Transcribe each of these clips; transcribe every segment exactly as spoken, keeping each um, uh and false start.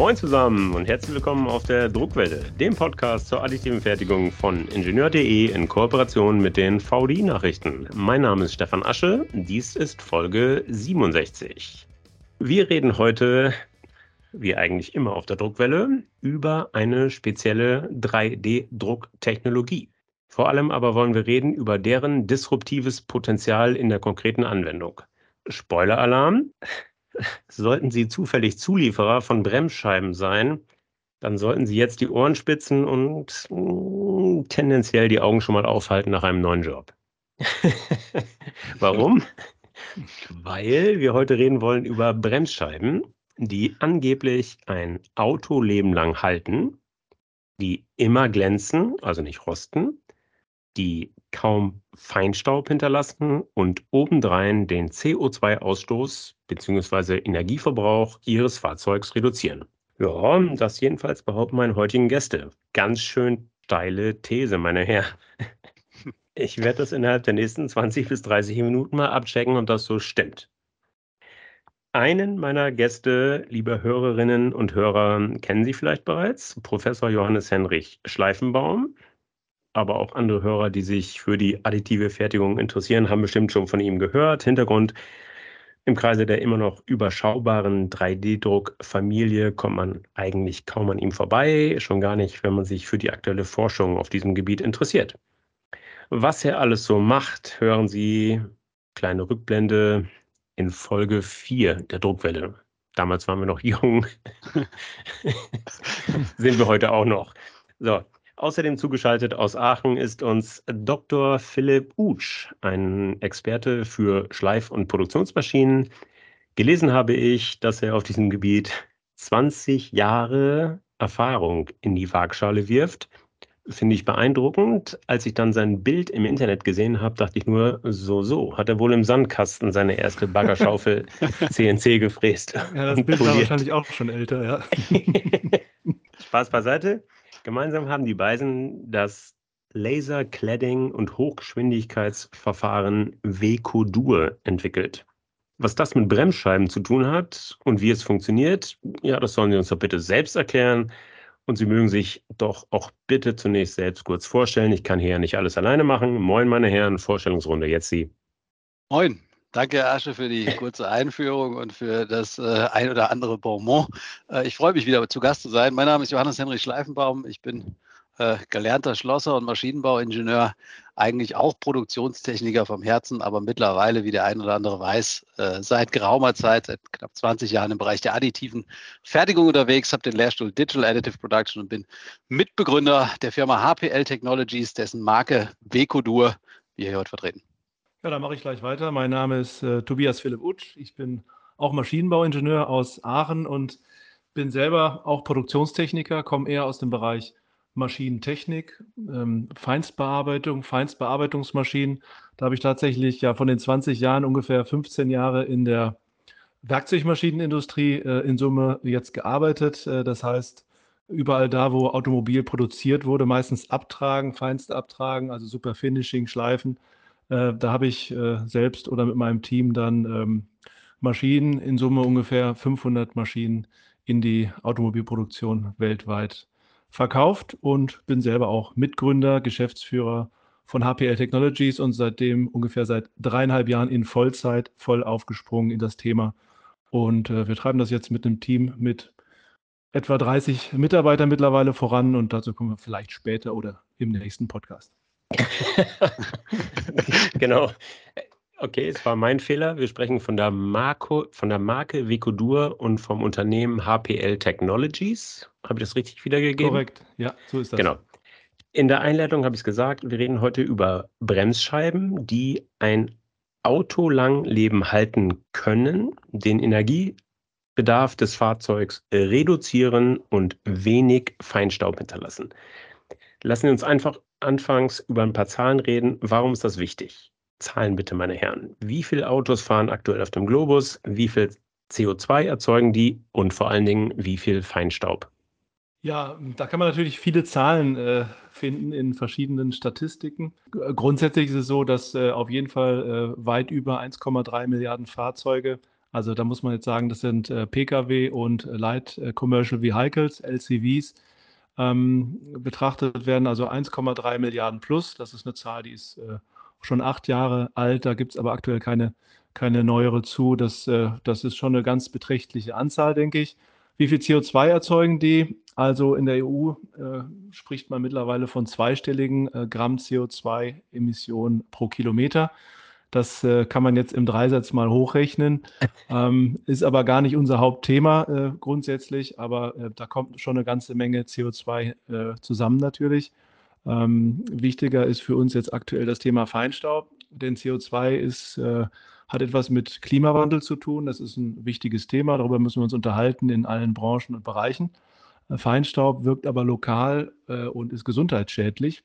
Moin zusammen und herzlich willkommen auf der Druckwelle, dem Podcast zur additiven Fertigung von Ingenieur punkt de in Kooperation mit den V D I-Nachrichten. Mein Name ist Stefan Asche, dies ist Folge siebenundsechzig. Wir reden heute, wie eigentlich immer auf der Druckwelle, über eine spezielle drei D-Drucktechnologie. Vor allem aber wollen wir reden über deren disruptives Potenzial in der konkreten Anwendung. Spoiler-Alarm! Sollten Sie zufällig Zulieferer von Bremsscheiben sein, dann sollten Sie jetzt die Ohren spitzen und mh, tendenziell die Augen schon mal aufhalten nach einem neuen Job. Warum? Weil wir heute reden wollen über Bremsscheiben, die angeblich ein Autoleben lang halten, die immer glänzen, also nicht rosten, die kaum Feinstaub hinterlassen und obendrein den C O zwei Ausstoß bzw. Energieverbrauch Ihres Fahrzeugs reduzieren. Ja, das jedenfalls behaupten meine heutigen Gäste. Ganz schön steile These, meine Herren. Ich werde das innerhalb der nächsten zwanzig bis dreißig Minuten mal abchecken, ob das so stimmt. Einen meiner Gäste, liebe Hörerinnen und Hörer, kennen Sie vielleicht bereits, Professor Johannes Henrich Schleifenbaum. Aber auch andere Hörer, die sich für die additive Fertigung interessieren, haben bestimmt schon von ihm gehört. Hintergrund: Im Kreise der immer noch überschaubaren drei D-Druck-Familie kommt man eigentlich kaum an ihm vorbei, schon gar nicht, wenn man sich für die aktuelle Forschung auf diesem Gebiet interessiert. Was er alles so macht, hören Sie, kleine Rückblende, in Folge vier der Druckwelle. Damals waren wir noch jung, sind wir heute auch noch. So. Außerdem zugeschaltet aus Aachen ist uns Doktor Philipp Utsch, ein Experte für Schleif- und Produktionsmaschinen. Gelesen habe ich, dass er auf diesem Gebiet zwanzig Jahre Erfahrung in die Waagschale wirft. Finde ich beeindruckend. Als ich dann sein Bild im Internet gesehen habe, dachte ich nur, so, so, hat er wohl im Sandkasten seine erste Baggerschaufel C N C gefräst. Ja, das Bild war wahrscheinlich auch schon älter, ja. Spaß beiseite. Gemeinsam haben die beiden das Laser-Cladding- und Hochgeschwindigkeitsverfahren Veco-Dur entwickelt. Was das mit Bremsscheiben zu tun hat und wie es funktioniert, ja, das sollen Sie uns doch bitte selbst erklären. Und Sie mögen sich doch auch bitte zunächst selbst kurz vorstellen. Ich kann hier ja nicht alles alleine machen. Moin, meine Herren, Vorstellungsrunde, jetzt Sie. Moin. Danke, Herr Asche, für die kurze Einführung und für das äh, ein oder andere Bonbon. Äh, ich freue mich wieder zu Gast zu sein. Mein Name ist Johannes Henrich Schleifenbaum. Ich bin äh, gelernter Schlosser und Maschinenbauingenieur, eigentlich auch Produktionstechniker vom Herzen, aber mittlerweile, wie der ein oder andere weiß, äh, seit geraumer Zeit, seit knapp zwanzig Jahren im Bereich der additiven Fertigung unterwegs, habe den Lehrstuhl Digital Additive Production und bin Mitbegründer der Firma H P L Technologies, dessen Marke Veco-Dur wir hier heute vertreten. Ja, dann mache ich gleich weiter. Mein Name ist äh, Tobias Philipp Utsch. Ich bin auch Maschinenbauingenieur aus Aachen und bin selber auch Produktionstechniker, komme eher aus dem Bereich Maschinentechnik, ähm, Feinstbearbeitung, Feinstbearbeitungsmaschinen. Da habe ich tatsächlich ja von den zwanzig Jahren ungefähr fünfzehn Jahre in der Werkzeugmaschinenindustrie äh, in Summe jetzt gearbeitet. Äh, das heißt, überall da, wo Automobil produziert wurde, meistens abtragen, Feinste abtragen, also Super Finishing, Schleifen. Äh, da habe ich äh, selbst oder mit meinem Team dann ähm, Maschinen, in Summe ungefähr fünfhundert Maschinen in die Automobilproduktion weltweit verkauft und bin selber auch Mitgründer, Geschäftsführer von H P L Technologies und seitdem ungefähr seit dreieinhalb Jahren in Vollzeit voll aufgesprungen in das Thema. Und äh, wir treiben das jetzt mit einem Team mit etwa dreißig Mitarbeitern mittlerweile voran und dazu kommen wir vielleicht später oder im nächsten Podcast. Genau. Okay, es war mein Fehler. Wir sprechen von der Marke, von der Marke Veco-Dur und vom Unternehmen H P L Technologies. Habe ich das richtig wiedergegeben? Korrekt, ja, so ist das. Genau. In der Einleitung habe ich es gesagt, wir reden heute über Bremsscheiben, die ein Auto lang Leben halten können, den Energiebedarf des Fahrzeugs reduzieren und wenig Feinstaub hinterlassen. Lassen Sie uns einfach anfangs über ein paar Zahlen reden. Warum ist das wichtig? Zahlen bitte, meine Herren. Wie viele Autos fahren aktuell auf dem Globus? Wie viel C O zwei erzeugen die? Und vor allen Dingen, wie viel Feinstaub? Ja, da kann man natürlich viele Zahlen äh, finden in verschiedenen Statistiken. G- Grundsätzlich ist es so, dass äh, auf jeden Fall äh, weit über eins Komma drei Milliarden Fahrzeuge Also da muss man jetzt sagen, das sind äh, P K W und äh, Light äh, Commercial Vehicles, L C Vs, ähm, betrachtet werden. Also eins Komma drei Milliarden plus. Das ist eine Zahl, die ist äh, schon acht Jahre alt. Da gibt es aber aktuell keine, keine neuere zu. Das, äh, das ist schon eine ganz beträchtliche Anzahl, denke ich. Wie viel C O zwei erzeugen die? Also in der E U äh, spricht man mittlerweile von zweistelligen äh, Gramm C O zwei Emissionen pro Kilometer. Das äh, kann man jetzt im Dreisatz mal hochrechnen, ähm, ist aber gar nicht unser Hauptthema äh, grundsätzlich, aber äh, da kommt schon eine ganze Menge C O zwei äh, zusammen natürlich. Ähm, wichtiger ist für uns jetzt aktuell das Thema Feinstaub, denn C O zwei ist, äh, hat etwas mit Klimawandel zu tun. Das ist ein wichtiges Thema, darüber müssen wir uns unterhalten in allen Branchen und Bereichen. Äh, Feinstaub wirkt aber lokal äh, und ist gesundheitsschädlich.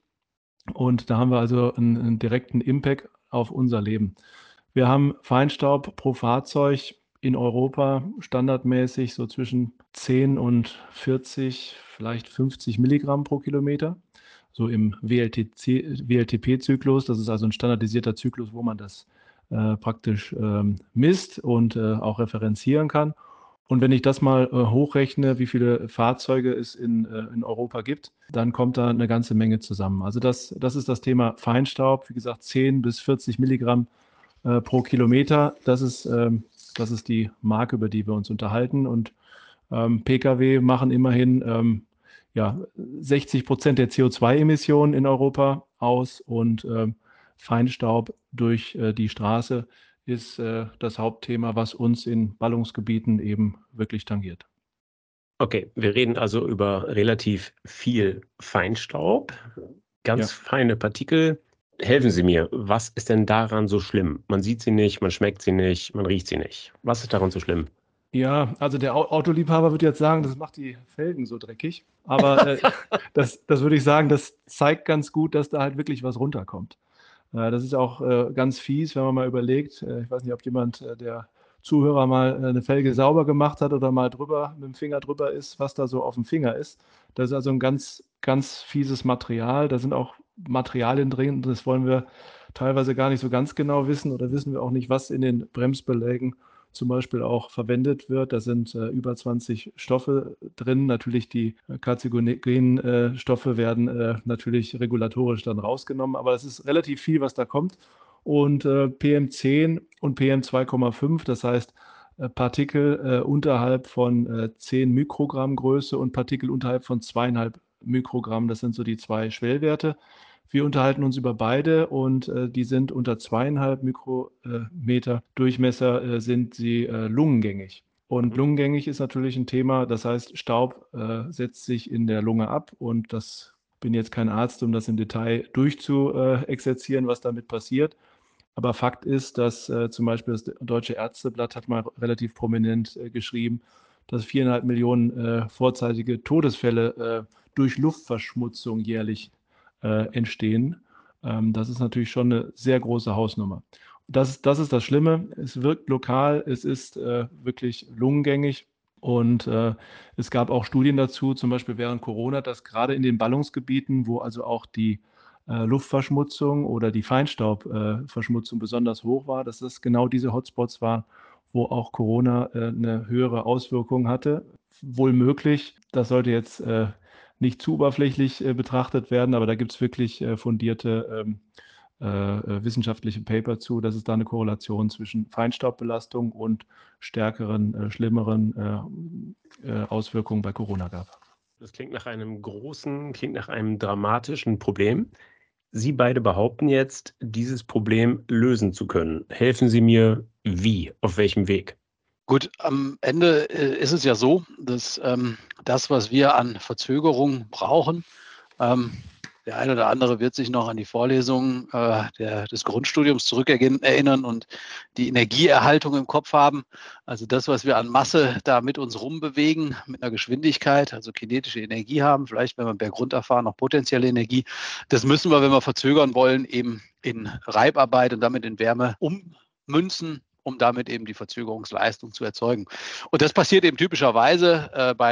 Und da haben wir also einen, einen direkten Impact auf unser Leben. Wir haben Feinstaub pro Fahrzeug in Europa standardmäßig so zwischen zehn und vierzig, vielleicht fünfzig Milligramm pro Kilometer. So im W L T C, W L T P-Zyklus. Das ist also ein standardisierter Zyklus, wo man das äh, praktisch ähm, misst und äh, auch referenzieren kann. Und wenn ich das mal äh, hochrechne, wie viele Fahrzeuge es in, äh, in Europa gibt, dann kommt da eine ganze Menge zusammen. Also das, das ist das Thema Feinstaub. Wie gesagt, zehn bis vierzig Milligramm äh, pro Kilometer. Das ist, ähm, das ist die Marke, über die wir uns unterhalten. Und ähm, P K W machen immerhin ähm, ja, sechzig Prozent der C O zwei Emissionen in Europa aus und ähm, Feinstaub durch äh, die Straße ist äh, das Hauptthema, was uns in Ballungsgebieten eben wirklich tangiert. Okay, wir reden also über relativ viel Feinstaub, ganz Ja. feine Partikel. Helfen Sie mir, was ist denn daran so schlimm? Man sieht sie nicht, man schmeckt sie nicht, man riecht sie nicht. Was ist daran so schlimm? Ja, also der Au- Autoliebhaber würde jetzt sagen, das macht die Felgen so dreckig. Aber äh, das, das würde ich sagen, das zeigt ganz gut, dass da halt wirklich was runterkommt. Äh, das ist auch äh, ganz fies, wenn man mal überlegt. Äh, ich weiß nicht, ob jemand äh, der Zuhörer mal äh, eine Felge sauber gemacht hat oder mal drüber mit dem Finger drüber ist, was da so auf dem Finger ist. Das ist also ein ganz, ganz fieses Material. Da sind auch Materialien drin. Das wollen wir teilweise gar nicht so ganz genau wissen oder wissen wir auch nicht, was in den Bremsbelägen zum Beispiel auch verwendet wird. Da sind äh, über zwanzig Stoffe drin. Natürlich die äh, karzinogenen äh, Stoffe werden äh, natürlich regulatorisch dann rausgenommen, aber es ist relativ viel, was da kommt. Und äh, P M zehn und P M zwei Komma fünf, das heißt äh, Partikel äh, unterhalb von äh, zehn Mikrogramm Größe und Partikel unterhalb von zweieinhalb Mikrogramm, das sind so die zwei Schwellwerte. Wir unterhalten uns über beide und äh, die sind unter zweieinhalb Mikrometer Durchmesser äh, sind sie äh, lungengängig. Und Mhm. lungengängig ist natürlich ein Thema, das heißt, Staub äh, setzt sich in der Lunge ab und das bin jetzt kein Arzt, um das im Detail durchzuexerzieren, was damit passiert. Aber Fakt ist, dass äh, zum Beispiel das Deutsche Ärzteblatt hat mal relativ prominent äh, geschrieben, dass viereinhalb Millionen äh, vorzeitige Todesfälle äh, durch Luftverschmutzung jährlich äh, entstehen. Ähm, das ist natürlich schon eine sehr große Hausnummer. Das, das ist das Schlimme. Es wirkt lokal, es ist äh, wirklich lungengängig. Und äh, es gab auch Studien dazu, zum Beispiel während Corona, dass gerade in den Ballungsgebieten, wo also auch die äh, Luftverschmutzung oder die Feinstaubverschmutzung äh, besonders hoch war, dass das genau diese Hotspots waren, wo auch Corona äh, eine höhere Auswirkung hatte. Wohl möglich, das sollte jetzt äh, nicht zu oberflächlich äh, betrachtet werden, aber da gibt es wirklich äh, fundierte ähm, äh, wissenschaftliche Paper zu, dass es da eine Korrelation zwischen Feinstaubbelastung und stärkeren, äh, schlimmeren äh, äh, Auswirkungen bei Corona gab. Das klingt nach einem großen, klingt nach einem dramatischen Problem. Sie beide behaupten jetzt, dieses Problem lösen zu können. Helfen Sie mir, wie? Auf welchem Weg? Gut, am Ende äh, ist es ja so, dass ähm, das, was wir an Verzögerung brauchen, ähm, der eine oder andere wird sich noch an die Vorlesungen äh, der, des Grundstudiums zurückerinnern und die Energieerhaltung im Kopf haben. Also das, was wir an Masse da mit uns rumbewegen, mit einer Geschwindigkeit, also kinetische Energie haben, vielleicht, wenn wir bergunter fahren, noch potenzielle Energie. Das müssen wir, wenn wir verzögern wollen, eben in Reibarbeit und damit in Wärme ummünzen, um damit eben die Verzögerungsleistung zu erzeugen. Und das passiert eben typischerweise äh, bei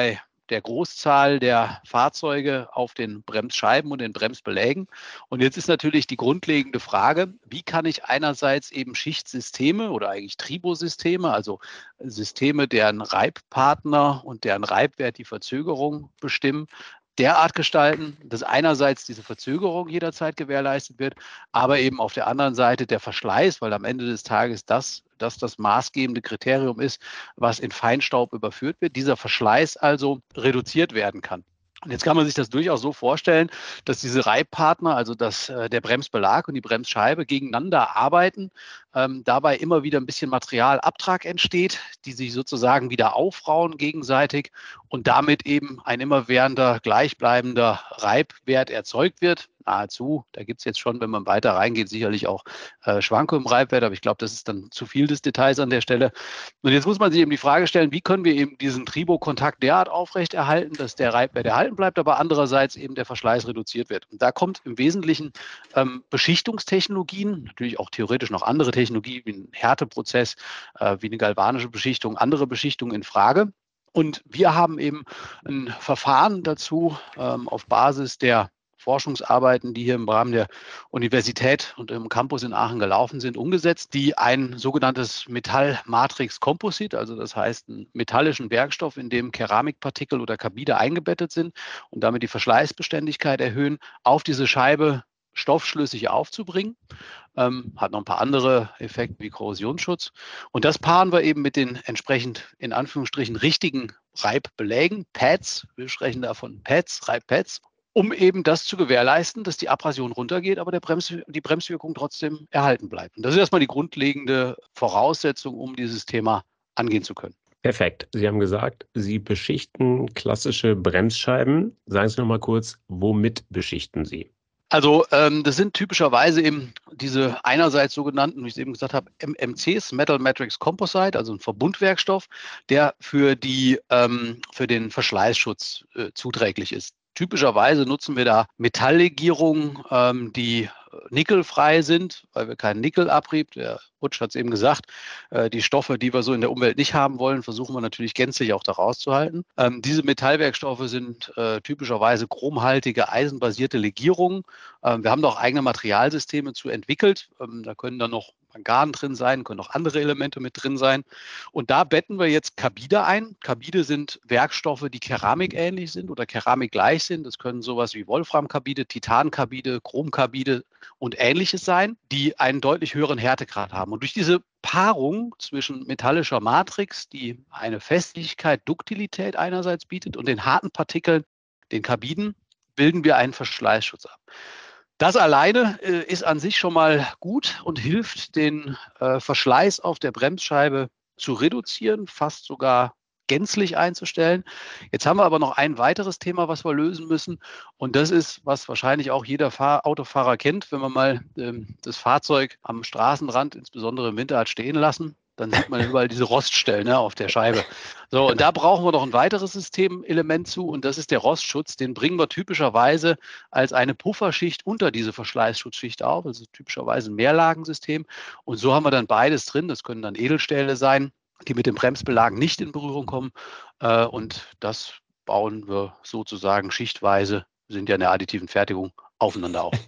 der Großzahl der Fahrzeuge auf den Bremsscheiben und den Bremsbelägen. Und jetzt ist natürlich die grundlegende Frage, wie kann ich einerseits eben Schichtsysteme oder eigentlich Tribosysteme, also Systeme, deren Reibpartner und deren Reibwert die Verzögerung bestimmen, derart gestalten, dass einerseits diese Verzögerung jederzeit gewährleistet wird, aber eben auf der anderen Seite der Verschleiß, weil am Ende des Tages das, das das maßgebende Kriterium ist, was in Feinstaub überführt wird, dieser Verschleiß also reduziert werden kann. Und jetzt kann man sich das durchaus so vorstellen, dass diese Reibpartner, also dass äh, der Bremsbelag und die Bremsscheibe gegeneinander arbeiten, ähm, dabei immer wieder ein bisschen Materialabtrag entsteht, die sich sozusagen wieder aufrauen gegenseitig und damit eben ein immerwährender, gleichbleibender Reibwert erzeugt wird. Nahezu, da gibt es jetzt schon, wenn man weiter reingeht, sicherlich auch äh, Schwankungen im Reibwert, aber ich glaube, das ist dann zu viel des Details an der Stelle. Und jetzt muss man sich eben die Frage stellen, wie können wir eben diesen Tribo-Kontakt derart aufrechterhalten, dass der Reibwert erhalten bleibt, aber andererseits eben der Verschleiß reduziert wird. Und da kommt im Wesentlichen ähm, Beschichtungstechnologien, natürlich auch theoretisch noch andere Technologien wie ein Härteprozess, äh, wie eine galvanische Beschichtung, andere Beschichtungen in Frage. Und wir haben eben ein Verfahren dazu ähm, auf Basis der Forschungsarbeiten, die hier im Rahmen der Universität und im Campus in Aachen gelaufen sind, umgesetzt, die ein sogenanntes Metallmatrix-Composite, also das heißt einen metallischen Werkstoff, in dem Keramikpartikel oder Carbide eingebettet sind und damit die Verschleißbeständigkeit erhöhen, auf diese Scheibe stoffschlüssig aufzubringen. Ähm, hat noch ein paar andere Effekte wie Korrosionsschutz. Und das paaren wir eben mit den entsprechend in Anführungsstrichen richtigen Reibbelägen, Pads, wir sprechen da von Pads, Reibpads, um eben das zu gewährleisten, dass die Abrasion runtergeht, aber der Brems, die Bremswirkung trotzdem erhalten bleibt. Und das ist erstmal die grundlegende Voraussetzung, um dieses Thema angehen zu können. Perfekt. Sie haben gesagt, Sie beschichten klassische Bremsscheiben. Sagen Sie noch mal kurz, womit beschichten Sie? Also ähm, das sind typischerweise eben diese einerseits sogenannten, wie ich es eben gesagt habe, M M Cs, Metal Matrix Composite, also ein Verbundwerkstoff, der für, die, ähm, für den Verschleißschutz äh, zuträglich ist. Typischerweise nutzen wir da Metalllegierungen, ähm, die nickelfrei sind, weil wir keinen Nickelabrieb, der Utsch hat es eben gesagt, äh, die Stoffe, die wir so in der Umwelt nicht haben wollen, versuchen wir natürlich gänzlich auch da rauszuhalten. Ähm, diese Metallwerkstoffe sind äh, typischerweise chromhaltige, eisenbasierte Legierungen. Ähm, wir haben da auch eigene Materialsysteme zu entwickelt. Ähm, da können dann noch Mangan drin sein, können auch andere Elemente mit drin sein. Und da betten wir jetzt Carbide ein. Carbide sind Werkstoffe, die keramikähnlich sind oder keramikgleich sind. Das können sowas wie Wolframcarbide, Titancarbide, Chromcarbide und Ähnliches sein, die einen deutlich höheren Härtegrad haben. Und durch diese Paarung zwischen metallischer Matrix, die eine Festigkeit, Duktilität einerseits bietet, und den harten Partikeln, den Carbiden, bilden wir einen Verschleißschutz ab. Das alleine äh, ist an sich schon mal gut und hilft, den äh, Verschleiß auf der Bremsscheibe zu reduzieren, fast sogar gänzlich einzustellen. Jetzt haben wir aber noch ein weiteres Thema, was wir lösen müssen. Und das ist, was wahrscheinlich auch jeder Fahr- Autofahrer kennt, wenn man mal ähm, das Fahrzeug am Straßenrand, insbesondere im Winter, hat stehen lassen. Dann sieht man überall diese Roststellen, ne, auf der Scheibe. So, und da brauchen wir noch ein weiteres Systemelement zu, und das ist der Rostschutz. Den bringen wir typischerweise als eine Pufferschicht unter diese Verschleißschutzschicht auf. Das ist typischerweise ein Mehrlagensystem. Und so haben wir dann beides drin. Das können dann Edelstähle sein, die mit den Bremsbelagen nicht in Berührung kommen. Äh, und das bauen wir sozusagen schichtweise, wir sind ja in der additiven Fertigung, aufeinander auf.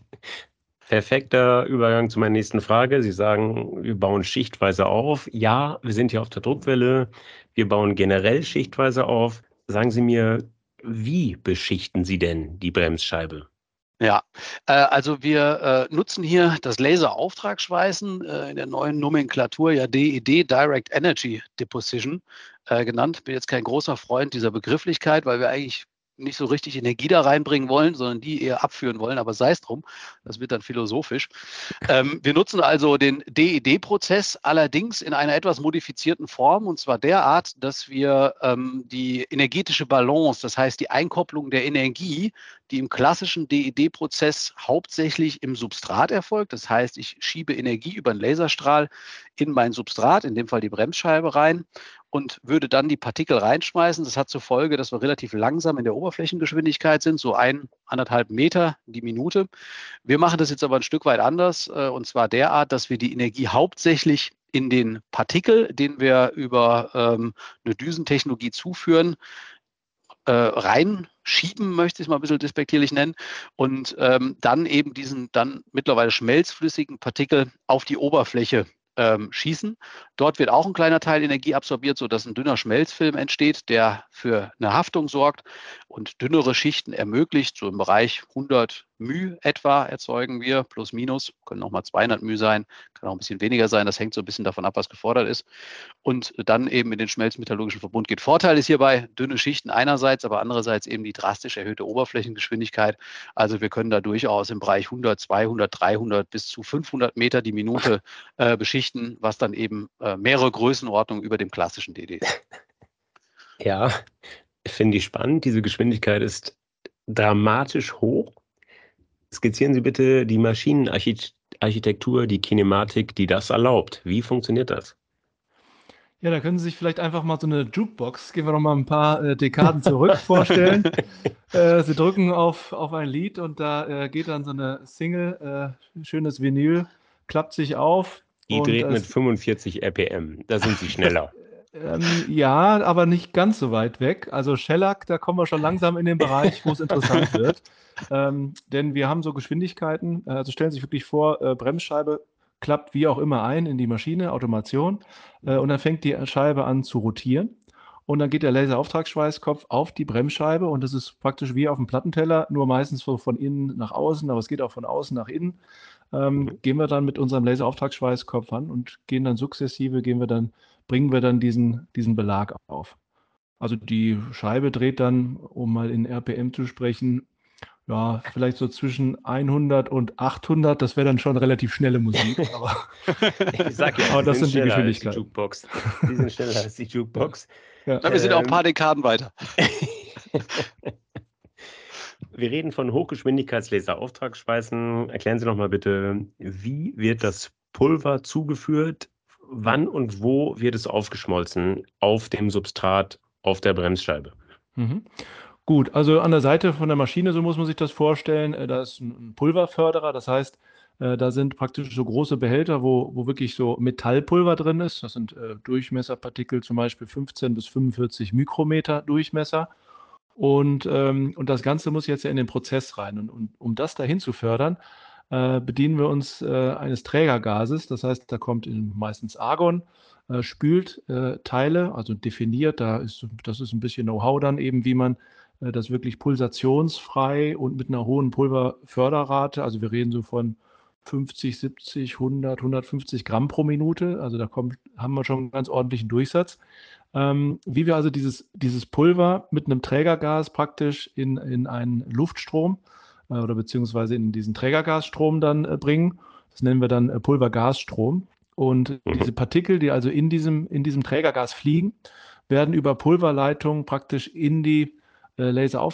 Perfekter Übergang zu meiner nächsten Frage. Sie sagen, wir bauen schichtweise auf. Ja, wir sind hier auf der Druckwelle. Wir bauen generell schichtweise auf. Sagen Sie mir, wie beschichten Sie denn die Bremsscheibe? Ja, äh, also wir äh, nutzen hier das Laserauftragsschweißen, äh, in der neuen Nomenklatur ja D E D, Direct Energy Deposition, äh, genannt. Bin jetzt kein großer Freund dieser Begrifflichkeit, weil wir eigentlich nicht so richtig Energie da reinbringen wollen, sondern die eher abführen wollen, aber sei es drum, das wird dann philosophisch. Ähm, wir nutzen also den D E D-Prozess, allerdings in einer etwas modifizierten Form, und zwar derart, dass wir ähm, die energetische Balance, das heißt die Einkopplung der Energie, die im klassischen D E D-Prozess hauptsächlich im Substrat erfolgt, das heißt, ich schiebe Energie über einen Laserstrahl in mein Substrat, in dem Fall die Bremsscheibe rein, und würde dann die Partikel reinschmeißen. Das hat zur Folge, dass wir relativ langsam in der Oberflächengeschwindigkeit sind, so ein, anderthalb Meter die Minute. Wir machen das jetzt aber ein Stück weit anders, äh, und zwar derart, dass wir die Energie hauptsächlich in den Partikel, den wir über ähm, eine Düsentechnologie zuführen, äh, reinschieben, möchte ich es mal ein bisschen despektierlich nennen, und ähm, dann eben diesen dann mittlerweile schmelzflüssigen Partikel auf die Oberfläche ähm, schießen. Dort wird auch ein kleiner Teil Energie absorbiert, sodass ein dünner Schmelzfilm entsteht, der für eine Haftung sorgt und dünnere Schichten ermöglicht. So im Bereich hundert μ etwa erzeugen wir, plus minus, können auch mal zweihundert μ sein, kann auch ein bisschen weniger sein. Das hängt so ein bisschen davon ab, was gefordert ist. Und dann eben in den schmelzmetallurgischen Verbund geht. Vorteil ist hierbei dünne Schichten einerseits, aber andererseits eben die drastisch erhöhte Oberflächengeschwindigkeit. Also wir können da durchaus im Bereich hundert, zweihundert, dreihundert bis zu fünfhundert Meter die Minute äh, beschichten, was dann eben äh, mehrere Größenordnungen über dem klassischen D D ist. Ja, finde ich spannend. Diese Geschwindigkeit ist dramatisch hoch. Skizzieren Sie bitte die Maschinenarchitektur, die Kinematik, die das erlaubt. Wie funktioniert das? Ja, da können Sie sich vielleicht einfach mal so eine Jukebox, gehen wir noch mal ein paar äh, Dekaden zurück, vorstellen. äh, Sie drücken auf, auf ein Lied und da äh, geht dann so eine Single, äh, schönes Vinyl, klappt sich auf. Die und, dreht äh, mit fünfundvierzig R P M. Da sind Sie schneller. Ähm, ja, aber nicht ganz so weit weg. Also Shellac, da kommen wir schon langsam in den Bereich, wo es interessant wird. Ähm, denn wir haben so Geschwindigkeiten, äh, also stellen Sie sich wirklich vor, äh, Bremsscheibe klappt wie auch immer ein in die Maschine, Automation, äh, und dann fängt die Scheibe an zu rotieren. Und dann geht der Laserauftragsschweißkopf auf die Bremsscheibe und das ist praktisch wie auf dem Plattenteller, nur meistens so von innen nach außen, aber es geht auch von außen nach innen. Ähm, gehen wir dann mit unserem Laserauftragsschweißkopf an und gehen dann sukzessive, gehen wir dann, bringen wir dann diesen, diesen Belag auf. Also die Scheibe dreht dann, um mal in R P M zu sprechen, ja, vielleicht so zwischen hundert und achthundert. Das wäre dann schon relativ schnelle Musik. Aber, Ich sag ja, aber die das sind sind die schneller als die Geschwindigkeiten. Jukebox. Die sind schneller als die Jukebox. Ja. Ja, wir sind auch ein Ähm, paar Dekaden weiter. Wir reden von Hochgeschwindigkeitslaserauftragsschweißen. Erklären Sie noch mal bitte, wie wird das Pulver zugeführt? Wann und wo wird es aufgeschmolzen auf dem Substrat, auf der Bremsscheibe? Mhm. Gut, also an der Seite von der Maschine, so muss man sich das vorstellen, äh, da ist ein ein Pulverförderer, das heißt, äh, da sind praktisch so große Behälter, wo, wo wirklich so Metallpulver drin ist. Das sind äh, Durchmesserpartikel, zum Beispiel fünfzehn bis fünfundvierzig Mikrometer Durchmesser. Und, ähm, und das Ganze muss jetzt ja in den Prozess rein. Und, und um das dahin zu fördern, äh, bedienen wir uns äh, eines Trägergases. Das heißt, da kommt in, meistens Argon, äh, spült äh, Teile, also definiert. Da ist, das ist ein bisschen Know-how dann eben, wie man äh, das wirklich pulsationsfrei und mit einer hohen Pulverförderrate, also wir reden so von fünfzig, siebzig, hundert, hundertfünfzig Gramm pro Minute. Also da kommt, haben wir schon einen ganz ordentlichen Durchsatz. Ähm, wie wir also dieses, dieses Pulver mit einem Trägergas praktisch in, in einen Luftstrom äh, oder beziehungsweise in diesen Trägergasstrom dann äh, bringen. Das nennen wir dann äh, Pulvergasstrom. Und Mhm. diese Partikel, die also in diesem, in diesem Trägergas fliegen, werden über Pulverleitung praktisch in die äh,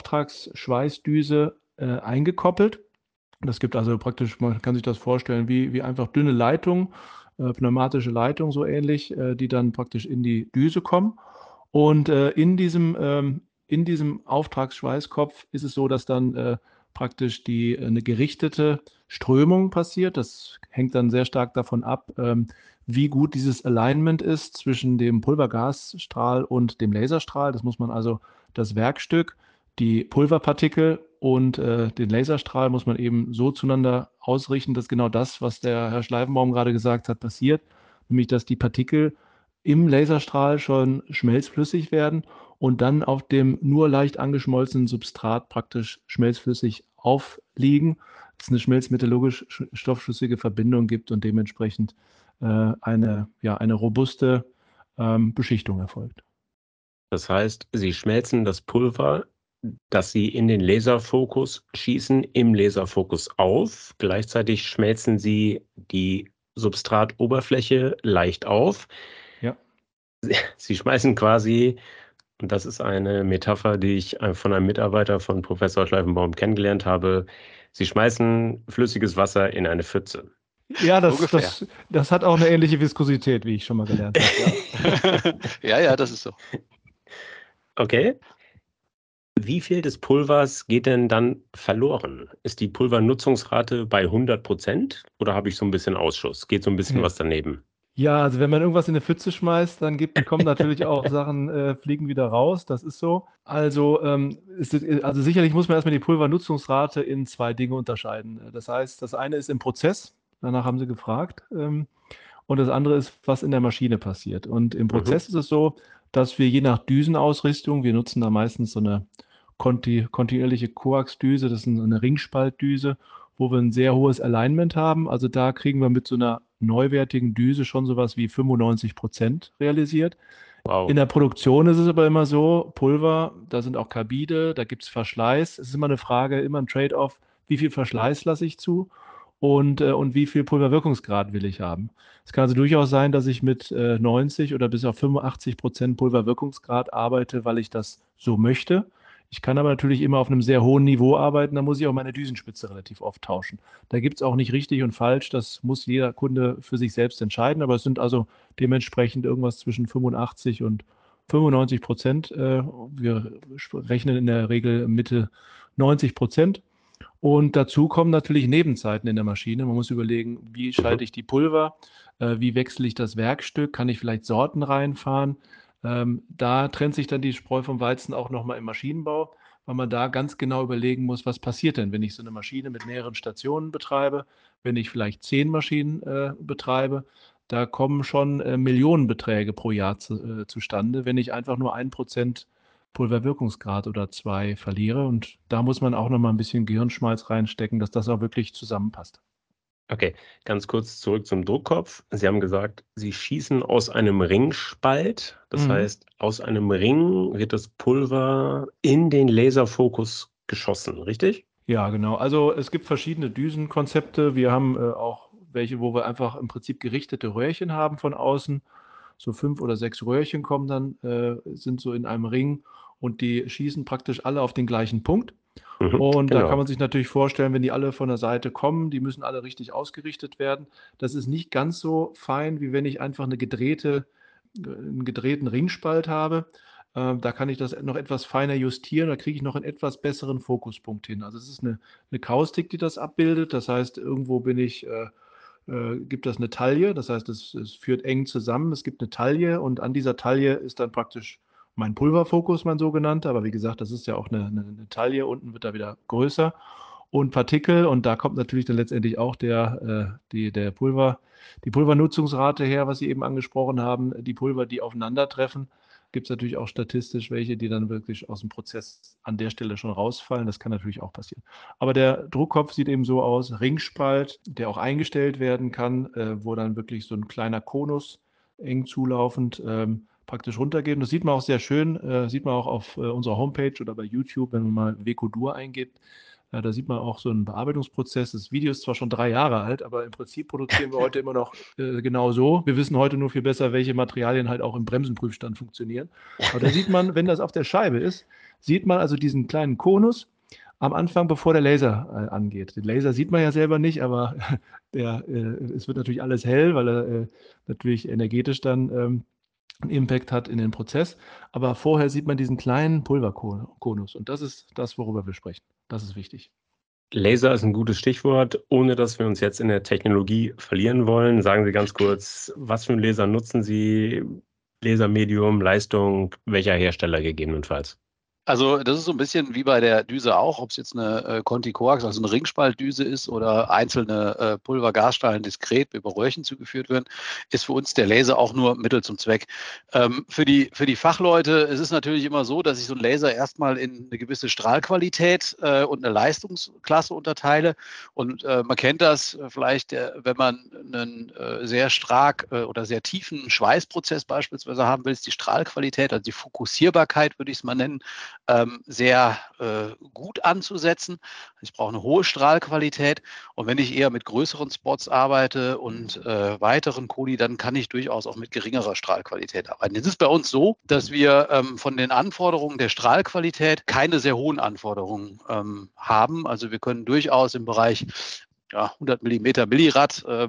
Laserauftragsschweißdüse äh, eingekoppelt. Das gibt also praktisch, man kann sich das vorstellen, wie, wie einfach dünne Leitungen, äh, pneumatische Leitungen so ähnlich, äh, die dann praktisch in die Düse kommen. Und äh, in diesem, ähm, in diesem Auftragsschweißkopf ist es so, dass dann äh, praktisch die, äh, eine gerichtete Strömung passiert. Das hängt dann sehr stark davon ab, ähm, wie gut dieses Alignment ist zwischen dem Pulvergasstrahl und dem Laserstrahl. Das muss man also das Werkstück, die Pulverpartikel und äh, den Laserstrahl muss man eben so zueinander ausrichten, dass genau das, was der Herr Schleifenbaum gerade gesagt hat, passiert, nämlich dass die Partikel im Laserstrahl schon schmelzflüssig werden und dann auf dem nur leicht angeschmolzenen Substrat praktisch schmelzflüssig aufliegen, es eine schmelzmetallurgisch stoffschlüssige Verbindung gibt und dementsprechend äh, eine, ja, eine robuste ähm, Beschichtung erfolgt. Das heißt, Sie schmelzen das Pulver, das Sie in den Laserfokus schießen, im Laserfokus auf. Gleichzeitig schmelzen Sie die Substratoberfläche leicht auf. Ja. Sie schmeißen quasi, und das ist eine Metapher, die ich von einem Mitarbeiter von Professor Schleifenbaum kennengelernt habe, Sie schmeißen flüssiges Wasser in eine Pfütze. Ja, das, Ungefähr. das, das hat auch eine ähnliche Viskosität, wie ich schon mal gelernt habe. Ja, ja, das ist so. Okay. Wie viel des Pulvers geht denn dann verloren? Ist die Pulvernutzungsrate bei hundert Prozent oder habe ich so ein bisschen Ausschuss? Geht so ein bisschen Ja. was daneben? Ja, also wenn man irgendwas in eine Pfütze schmeißt, dann gibt, kommen natürlich auch Sachen, äh, fliegen wieder raus. Das ist so. Also, ähm, es ist, also sicherlich muss man erstmal die Pulvernutzungsrate in zwei Dinge unterscheiden. Das heißt, das eine ist im Prozess, danach haben Sie gefragt, ähm, und das andere ist, was in der Maschine passiert. Und im Mhm. Prozess ist es so, dass wir je nach Düsenausrichtung, wir nutzen da meistens so eine konti kontinuierliche Koaxdüse, das ist eine Ringspaltdüse, wo wir ein sehr hohes Alignment haben. Also da kriegen wir mit so einer neuwertigen Düse schon sowas wie fünfundneunzig Prozent realisiert. In Wow. der Produktion ist es aber immer so, Pulver, da sind auch Karbide, da gibt es Verschleiß. Es ist immer eine Frage, immer ein Trade-off, wie viel Verschleiß lasse ich zu und, äh, und wie viel Pulverwirkungsgrad will ich haben. Es kann also durchaus sein, dass ich mit äh, neunzig oder bis auf fünfundachtzig Prozent Pulverwirkungsgrad arbeite, weil ich das so möchte. Ich kann aber natürlich immer auf einem sehr hohen Niveau arbeiten, da muss ich auch meine Düsenspitze relativ oft tauschen. Da gibt es auch nicht richtig und falsch, das muss jeder Kunde für sich selbst entscheiden, aber es sind also dementsprechend irgendwas zwischen fünfundachtzig und fünfundneunzig Prozent. Äh, wir rechnen in der Regel Mitte neunzig Prozent. Und dazu kommen natürlich Nebenzeiten in der Maschine. Man muss überlegen, wie Mhm. schalte ich die Pulver, äh, wie wechsle ich das Werkstück, kann ich vielleicht Sorten reinfahren. Ähm, da trennt sich dann die Spreu vom Weizen auch nochmal im Maschinenbau, weil man da ganz genau überlegen muss, was passiert denn, wenn ich so eine Maschine mit mehreren Stationen betreibe, wenn ich vielleicht zehn Maschinen äh, betreibe. Da kommen schon äh, Millionenbeträge pro Jahr zu, äh, zustande, wenn ich einfach nur ein Prozent Pulverwirkungsgrad oder zwei verliere. Und da muss man auch noch mal ein bisschen Gehirnschmalz reinstecken, dass das auch wirklich zusammenpasst. Okay, ganz kurz zurück zum Druckkopf. Sie haben gesagt, Sie schießen aus einem Ringspalt. Das Mhm. heißt, aus einem Ring wird das Pulver in den Laserfokus geschossen, richtig? Ja, genau. Also es gibt verschiedene Düsenkonzepte. Wir haben äh, auch welche, wo wir einfach im Prinzip gerichtete Röhrchen haben von außen. So fünf oder sechs Röhrchen kommen dann, äh, sind so in einem Ring und die schießen praktisch alle auf den gleichen Punkt. Mhm, Und da kann genau. man sich natürlich vorstellen, wenn die alle von der Seite kommen, die müssen alle richtig ausgerichtet werden. Das ist nicht ganz so fein, wie wenn ich einfach eine gedrehte, äh, einen gedrehten Ringspalt habe. Ähm, da kann ich das noch etwas feiner justieren, da kriege ich noch einen etwas besseren Fokuspunkt hin. Also es ist eine, eine Kaustik, die das abbildet. Das heißt, irgendwo bin ich, äh, äh, gibt das eine Taille, das heißt, es, es führt eng zusammen. Es gibt eine Taille und an dieser Taille ist dann praktisch mein Pulverfokus, mein sogenannter. Aber wie gesagt, das ist ja auch eine, eine, eine Taille. Unten wird da wieder größer. Und Partikel, und da kommt natürlich dann letztendlich auch der, äh, die, der Pulver, die Pulvernutzungsrate her, was Sie eben angesprochen haben. Die Pulver, die aufeinandertreffen, gibt es natürlich auch statistisch welche, die dann wirklich aus dem Prozess an der Stelle schon rausfallen. Das kann natürlich auch passieren. Aber der Druckkopf sieht eben so aus, Ringspalt, der auch eingestellt werden kann, äh, wo dann wirklich so ein kleiner Konus eng zulaufend ähm, praktisch runtergeht. Und das sieht man auch sehr schön, äh, sieht man auch auf äh, unserer Homepage oder bei YouTube, wenn man mal Vecodur eingibt. Äh, da sieht man auch so einen Bearbeitungsprozess. Das Video ist zwar schon drei Jahre alt, aber im Prinzip produzieren wir heute immer noch äh, genau so. Wir wissen heute nur viel besser, welche Materialien halt auch im Bremsenprüfstand funktionieren. Aber da sieht man, wenn das auf der Scheibe ist, sieht man also diesen kleinen Konus am Anfang, bevor der Laser äh, angeht. Den Laser sieht man ja selber nicht, aber der, äh, es wird natürlich alles hell, weil er äh, natürlich energetisch dann ähm, einen Impact hat in den Prozess. Aber vorher sieht man diesen kleinen Pulverkonus. Und das ist das, worüber wir sprechen. Das ist wichtig. Laser ist ein gutes Stichwort. Ohne dass wir uns jetzt in der Technologie verlieren wollen, sagen Sie ganz kurz, was für einen Laser nutzen Sie? Lasermedium, Leistung, welcher Hersteller gegebenenfalls? Also das ist so ein bisschen wie bei der Düse auch, ob es jetzt eine äh, Conti-Coax, also eine Ringspaltdüse ist oder einzelne äh, Pulvergasstrahlen diskret über Röhrchen zugeführt werden, ist für uns der Laser auch nur Mittel zum Zweck. Ähm, für die, für die Fachleute es ist es natürlich immer so, dass ich so einen Laser erstmal in eine gewisse Strahlqualität äh, und eine Leistungsklasse unterteile. Und äh, man kennt das äh, vielleicht, äh, wenn man einen äh, sehr stark äh, oder sehr tiefen Schweißprozess beispielsweise haben will, ist die Strahlqualität, also die Fokussierbarkeit, würde ich es mal nennen, ähm, sehr äh, gut anzusetzen. Ich brauche eine hohe Strahlqualität. Und wenn ich eher mit größeren Spots arbeite und äh, weiteren Koli, dann kann ich durchaus auch mit geringerer Strahlqualität arbeiten. Jetzt ist bei uns so, dass wir ähm, von den Anforderungen der Strahlqualität keine sehr hohen Anforderungen ähm, haben. Also wir können durchaus im Bereich ja, hundert Millimeter Millirad ähm,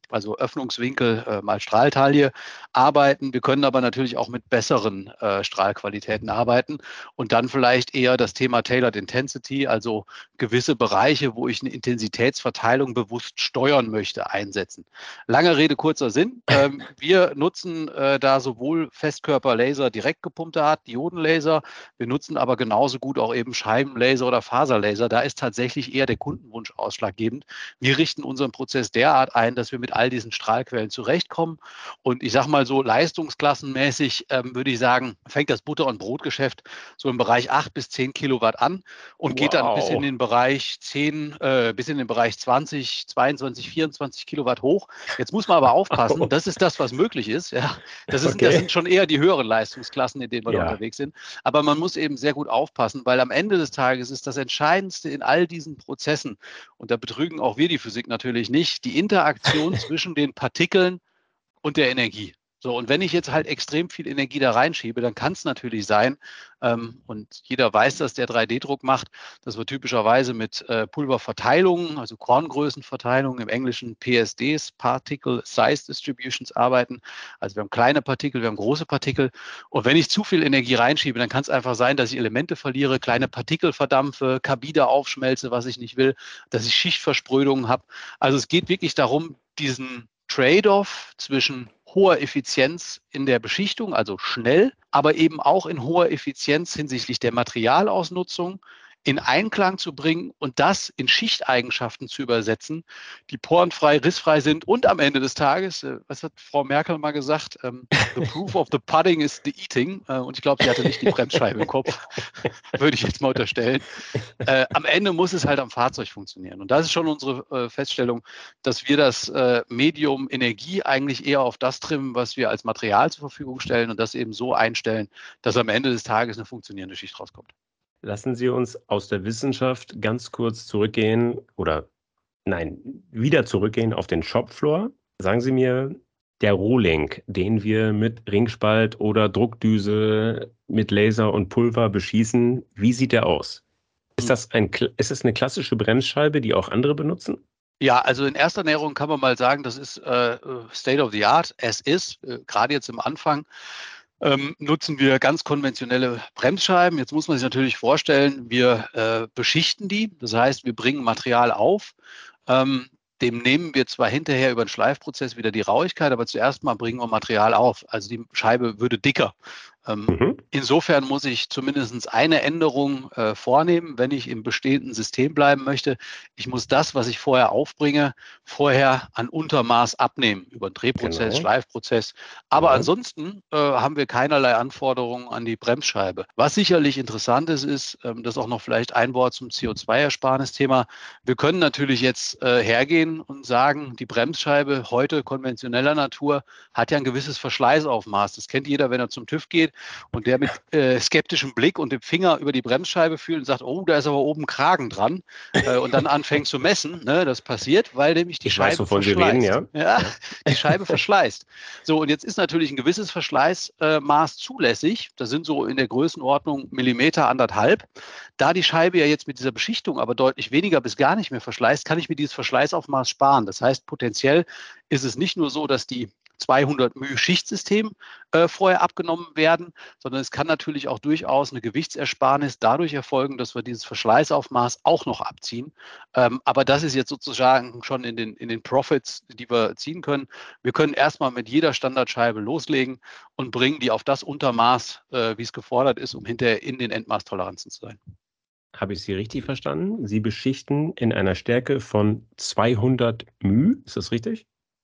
also Öffnungswinkel äh, mal Strahltaille, arbeiten. Wir können aber natürlich auch mit besseren äh, Strahlqualitäten arbeiten und dann vielleicht eher das Thema Tailored Intensity, also gewisse Bereiche, wo ich eine Intensitätsverteilung bewusst steuern möchte, einsetzen. Lange Rede, kurzer Sinn. Ähm, wir nutzen äh, da sowohl Festkörperlaser, direkt gepumpte Art, Diodenlaser. Wir nutzen aber genauso gut auch eben Scheibenlaser oder Faserlaser. Da ist tatsächlich eher der Kundenwunsch ausschlaggebend. Wir richten unseren Prozess derart ein, dass wir mit all diesen Strahlquellen zurechtkommen. Und ich sage mal so, leistungsklassenmäßig ähm, würde ich sagen, fängt das Butter- und Brotgeschäft so im Bereich acht bis zehn Kilowatt an und geht dann bis in Wow. den Bereich zehn, äh, bis in den Bereich zwanzig, zweiundzwanzig, vierundzwanzig Kilowatt hoch. Jetzt muss man aber aufpassen, das ist das, was möglich ist. Ja, das, ist, das Okay. sind schon eher die höheren Leistungsklassen, in denen wir da Ja. unterwegs sind. Aber man muss eben sehr gut aufpassen, weil am Ende des Tages ist das Entscheidendste in all diesen Prozessen, und da betrügen auch wir die Physik natürlich nicht, die Interaktion zwischen den Partikeln und der Energie. So, und wenn ich jetzt halt extrem viel Energie da reinschiebe, dann kann es natürlich sein, ähm, und jeder weiß, dass der drei D Druck macht, dass wir typischerweise mit äh, Pulververteilungen, also Korngrößenverteilungen, im Englischen P S Ds, Particle Size Distributions, arbeiten. Also wir haben kleine Partikel, wir haben große Partikel. Und wenn ich zu viel Energie reinschiebe, dann kann es einfach sein, dass ich Elemente verliere, kleine Partikel verdampfe, Carbide aufschmelze, was ich nicht will, dass ich Schichtversprödungen habe. Also es geht wirklich darum, diesen Trade-off zwischen hoher Effizienz in der Beschichtung, also schnell, aber eben auch in hoher Effizienz hinsichtlich der Materialausnutzung in Einklang zu bringen und das in Schichteigenschaften zu übersetzen, die porenfrei, rissfrei sind und am Ende des Tages, äh, was hat Frau Merkel mal gesagt, ähm, the proof of the pudding is the eating, äh, und ich glaube, sie hatte nicht die Bremsscheibe im Kopf, würde ich jetzt mal unterstellen. Äh, am Ende muss es halt am Fahrzeug funktionieren. Und das ist schon unsere äh, Feststellung, dass wir das äh, Medium Energie eigentlich eher auf das trimmen, was wir als Material zur Verfügung stellen und das eben so einstellen, dass am Ende des Tages eine funktionierende Schicht rauskommt. Lassen Sie uns aus der Wissenschaft ganz kurz zurückgehen oder nein, wieder zurückgehen auf den Shopfloor. Sagen Sie mir, der Rohling, den wir mit Ringspalt oder Druckdüse mit Laser und Pulver beschießen, wie sieht der aus? Ist das, ein, ist das eine klassische Bremsscheibe, die auch andere benutzen? Ja, also in erster Näherung kann man mal sagen, das ist äh, State of the Art. Es ist, äh, gerade jetzt im Anfang, ähm, nutzen wir ganz konventionelle Bremsscheiben. Jetzt muss man sich natürlich vorstellen, wir äh, beschichten die. Das heißt, wir bringen Material auf. Ähm, dem nehmen wir zwar hinterher über den Schleifprozess wieder die Rauigkeit, aber zuerst mal bringen wir Material auf. Also die Scheibe würde dicker. Ähm, Mhm. Insofern muss ich zumindest eine Änderung äh, vornehmen, wenn ich im bestehenden System bleiben möchte. Ich muss das, was ich vorher aufbringe, vorher an Untermaß abnehmen über den Drehprozess, Genau. Schleifprozess. Aber Ja. ansonsten äh, haben wir keinerlei Anforderungen an die Bremsscheibe. Was sicherlich interessant ist, ist, ähm, das auch noch vielleicht ein Wort zum C O zwei Ersparnis-Thema. Wir können natürlich jetzt äh, hergehen und sagen, die Bremsscheibe heute konventioneller Natur hat ja ein gewisses Verschleißaufmaß. Das kennt jeder, wenn er zum TÜV geht und der mit äh, skeptischem Blick und dem Finger über die Bremsscheibe fühlt und sagt, oh, da ist aber oben Kragen dran, äh, und dann anfängt zu messen. Ne? Das passiert, weil nämlich die Ich weiß, Scheibe wovon Sie reden, verschleißt. ja. Ja, Ja. die Scheibe verschleißt. So, und jetzt ist natürlich ein gewisses Verschleißmaß äh, zulässig. Das sind so in der Größenordnung Millimeter, anderthalb. Da die Scheibe ja jetzt mit dieser Beschichtung aber deutlich weniger bis gar nicht mehr verschleißt, kann ich mir dieses Verschleißaufmaß sparen. Das heißt, potenziell ist es nicht nur so, dass die zweihundert μ Schichtsystem äh, vorher abgenommen werden, sondern es kann natürlich auch durchaus eine Gewichtsersparnis dadurch erfolgen, dass wir dieses Verschleißaufmaß auch noch abziehen. Ähm, aber das ist jetzt sozusagen schon in den, in den Profits, die wir ziehen können. Wir können erstmal mit jeder Standardscheibe loslegen und bringen die auf das Untermaß, äh, wie es gefordert ist, um hinterher in den Endmaßtoleranzen zu sein. Habe ich Sie richtig verstanden? Sie beschichten in einer Stärke von zweihundert μ, ist das richtig?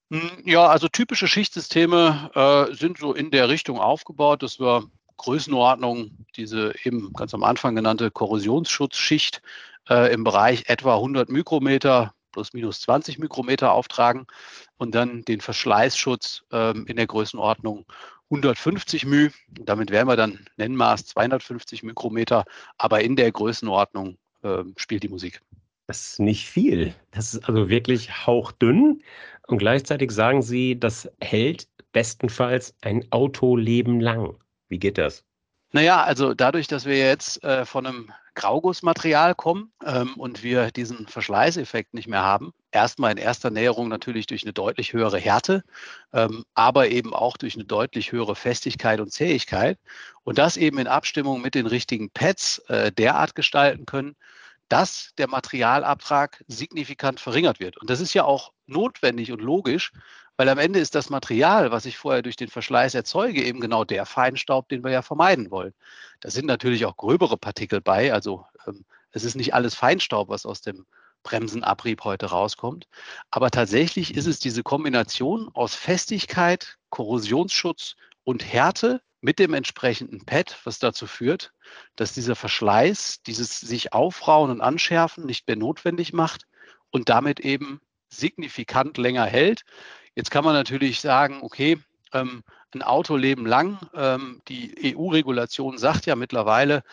Ja, also typische Schichtsysteme äh, sind so in der Richtung aufgebaut, dass wir Größenordnung, diese eben ganz am Anfang genannte Korrosionsschutzschicht äh, im Bereich etwa hundert Mikrometer plus minus zwanzig Mikrometer auftragen und dann den Verschleißschutz äh, in der Größenordnung hundertfünfzig μ. Damit wären wir dann Nennmaß zweihundertfünfzig Mikrometer, aber in der Größenordnung äh, spielt die Musik. Das ist nicht viel. Das ist also wirklich hauchdünn. Und gleichzeitig sagen Sie, das hält bestenfalls ein Autoleben lang. Wie geht das? Naja, also dadurch, dass wir jetzt äh, von einem Graugussmaterial kommen ähm, und wir diesen Verschleißeffekt nicht mehr haben, erstmal in erster Näherung natürlich durch eine deutlich höhere Härte, ähm, aber eben auch durch eine deutlich höhere Festigkeit und Zähigkeit. Und das eben in Abstimmung mit den richtigen Pads äh, derart gestalten können, dass der Materialabtrag signifikant verringert wird. Und das ist ja auch notwendig und logisch, weil am Ende ist das Material, was ich vorher durch den Verschleiß erzeuge, eben genau der Feinstaub, den wir ja vermeiden wollen. Da sind natürlich auch gröbere Partikel bei. Also ähm, es ist nicht alles Feinstaub, was aus dem Bremsenabrieb heute rauskommt. Aber tatsächlich ist es diese Kombination aus Festigkeit, Korrosionsschutz und Härte mit dem entsprechenden Pad, was dazu führt, dass dieser Verschleiß, dieses sich aufrauen und anschärfen nicht mehr notwendig macht und damit eben signifikant länger hält. Jetzt kann man natürlich sagen, okay, ähm, ein Autoleben lang, ähm, die E U-Regulation sagt ja mittlerweile,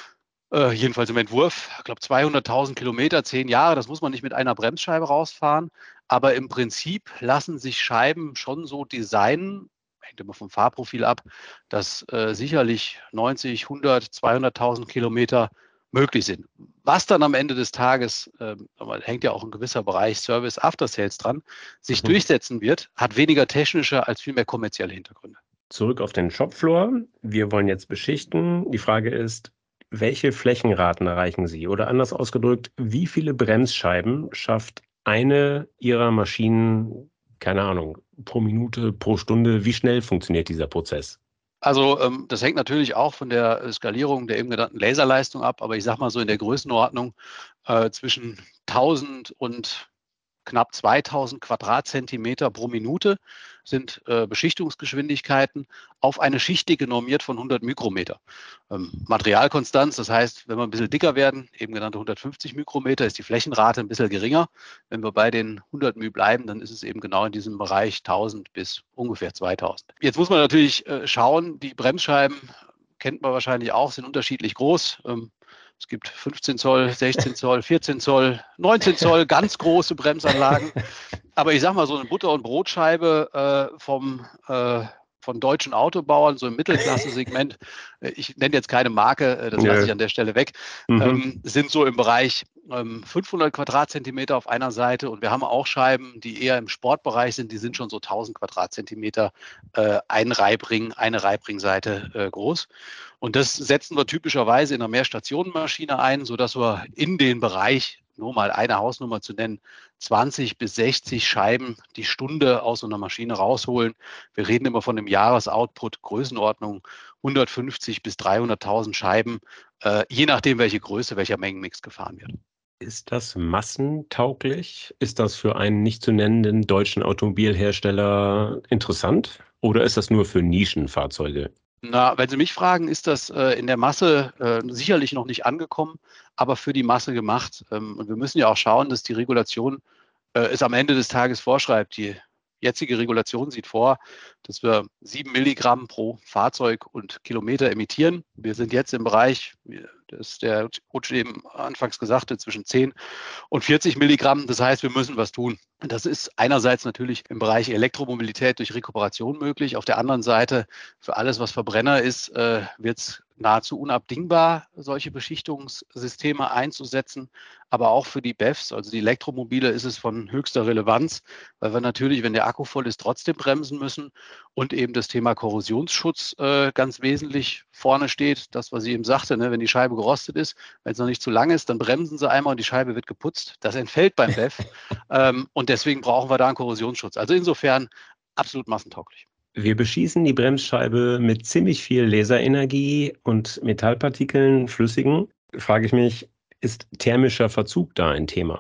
äh, jedenfalls im Entwurf, ich glaube zweihunderttausend Kilometer, zehn Jahre, das muss man nicht mit einer Bremsscheibe rausfahren, aber im Prinzip lassen sich Scheiben schon so designen, hängt immer vom Fahrprofil ab, dass äh, sicherlich neunzig, hundert, zweihunderttausend Kilometer möglich sind. Was dann am Ende des Tages, äh, hängt ja auch ein gewisser Bereich Service After Sales dran, sich mhm. durchsetzen wird, hat weniger technische als vielmehr kommerzielle Hintergründe. Zurück auf den Shopfloor. Wir wollen jetzt beschichten. Die Frage ist, welche Flächenraten erreichen Sie? Oder anders ausgedrückt, wie viele Bremsscheiben schafft eine Ihrer Maschinen, keine Ahnung, pro Minute, pro Stunde? Wie schnell funktioniert dieser Prozess? Also ähm, das hängt natürlich auch von der Skalierung der eben genannten Laserleistung ab, aber ich sage mal so in der Größenordnung äh, zwischen tausend und knapp zweitausend Quadratzentimeter pro Minute sind äh, Beschichtungsgeschwindigkeiten auf eine Schichtdicke normiert von hundert Mikrometer. Ähm, Materialkonstanz, das heißt, wenn wir ein bisschen dicker werden, eben genannte hundertfünfzig Mikrometer, ist die Flächenrate ein bisschen geringer. Wenn wir bei den hundert μ bleiben, dann ist es eben genau in diesem Bereich tausend bis ungefähr zweitausend. Jetzt muss man natürlich äh, schauen, die Bremsscheiben, kennt man wahrscheinlich auch, sind unterschiedlich groß. Ähm, Es gibt fünfzehn Zoll, sechzehn Zoll, vierzehn Zoll, neunzehn Zoll, ganz große Bremsanlagen. Aber ich sage mal, so eine Butter- und Brotscheibe äh, vom, äh, von deutschen Autobauern, so im Mittelklasse-Segment, äh, ich nenne jetzt keine Marke, äh, das lasse ich an der Stelle weg, mhm. ähm, sind so im Bereich ähm, fünfhundert Quadratzentimeter auf einer Seite. Und wir haben auch Scheiben, die eher im Sportbereich sind, die sind schon so tausend Quadratzentimeter, äh, ein Reibring, eine Reibringseite äh, groß. Und das setzen wir typischerweise in einer Mehrstationenmaschine ein, sodass wir in den Bereich, nur mal eine Hausnummer zu nennen, zwanzig bis sechzig Scheiben die Stunde aus so einer Maschine rausholen. Wir reden immer von einem Jahresoutput, Größenordnung hundertfünfzig bis dreihunderttausend Scheiben, äh, je nachdem, welche Größe, welcher Mengenmix gefahren wird. Ist das massentauglich? Ist das für einen nicht zu nennenden deutschen Automobilhersteller interessant? Oder ist das nur für Nischenfahrzeuge? Na, wenn Sie mich fragen, ist das äh, in der Masse äh, sicherlich noch nicht angekommen, aber für die Masse gemacht. Ähm, und wir müssen ja auch schauen, dass die Regulation äh, es am Ende des Tages vorschreibt. Die jetzige Regulation sieht vor, dass wir sieben Milligramm pro Fahrzeug und Kilometer emittieren. Wir sind jetzt im Bereich, das der Utsch eben anfangs gesagt, zwischen zehn und vierzig Milligramm. Das heißt, wir müssen was tun. Das ist einerseits natürlich im Bereich Elektromobilität durch Rekuperation möglich. Auf der anderen Seite, für alles, was Verbrenner ist, äh, wird es nahezu unabdingbar, solche Beschichtungssysteme einzusetzen. Aber auch für die B E Vs, also die Elektromobile, ist es von höchster Relevanz, weil wir natürlich, wenn der Akku voll ist, trotzdem bremsen müssen. Und eben das Thema Korrosionsschutz äh, ganz wesentlich vorne steht. Das, was ich eben sagte, ne, wenn die Scheibe gerostet ist, wenn es noch nicht zu lang ist, dann bremsen sie einmal und die Scheibe wird geputzt. Das entfällt beim B E V. ähm, und deswegen brauchen wir da einen Korrosionsschutz. Also insofern absolut massentauglich. Wir beschießen die Bremsscheibe mit ziemlich viel Laserenergie und Metallpartikeln, flüssigen. Frage ich mich, ist thermischer Verzug da ein Thema?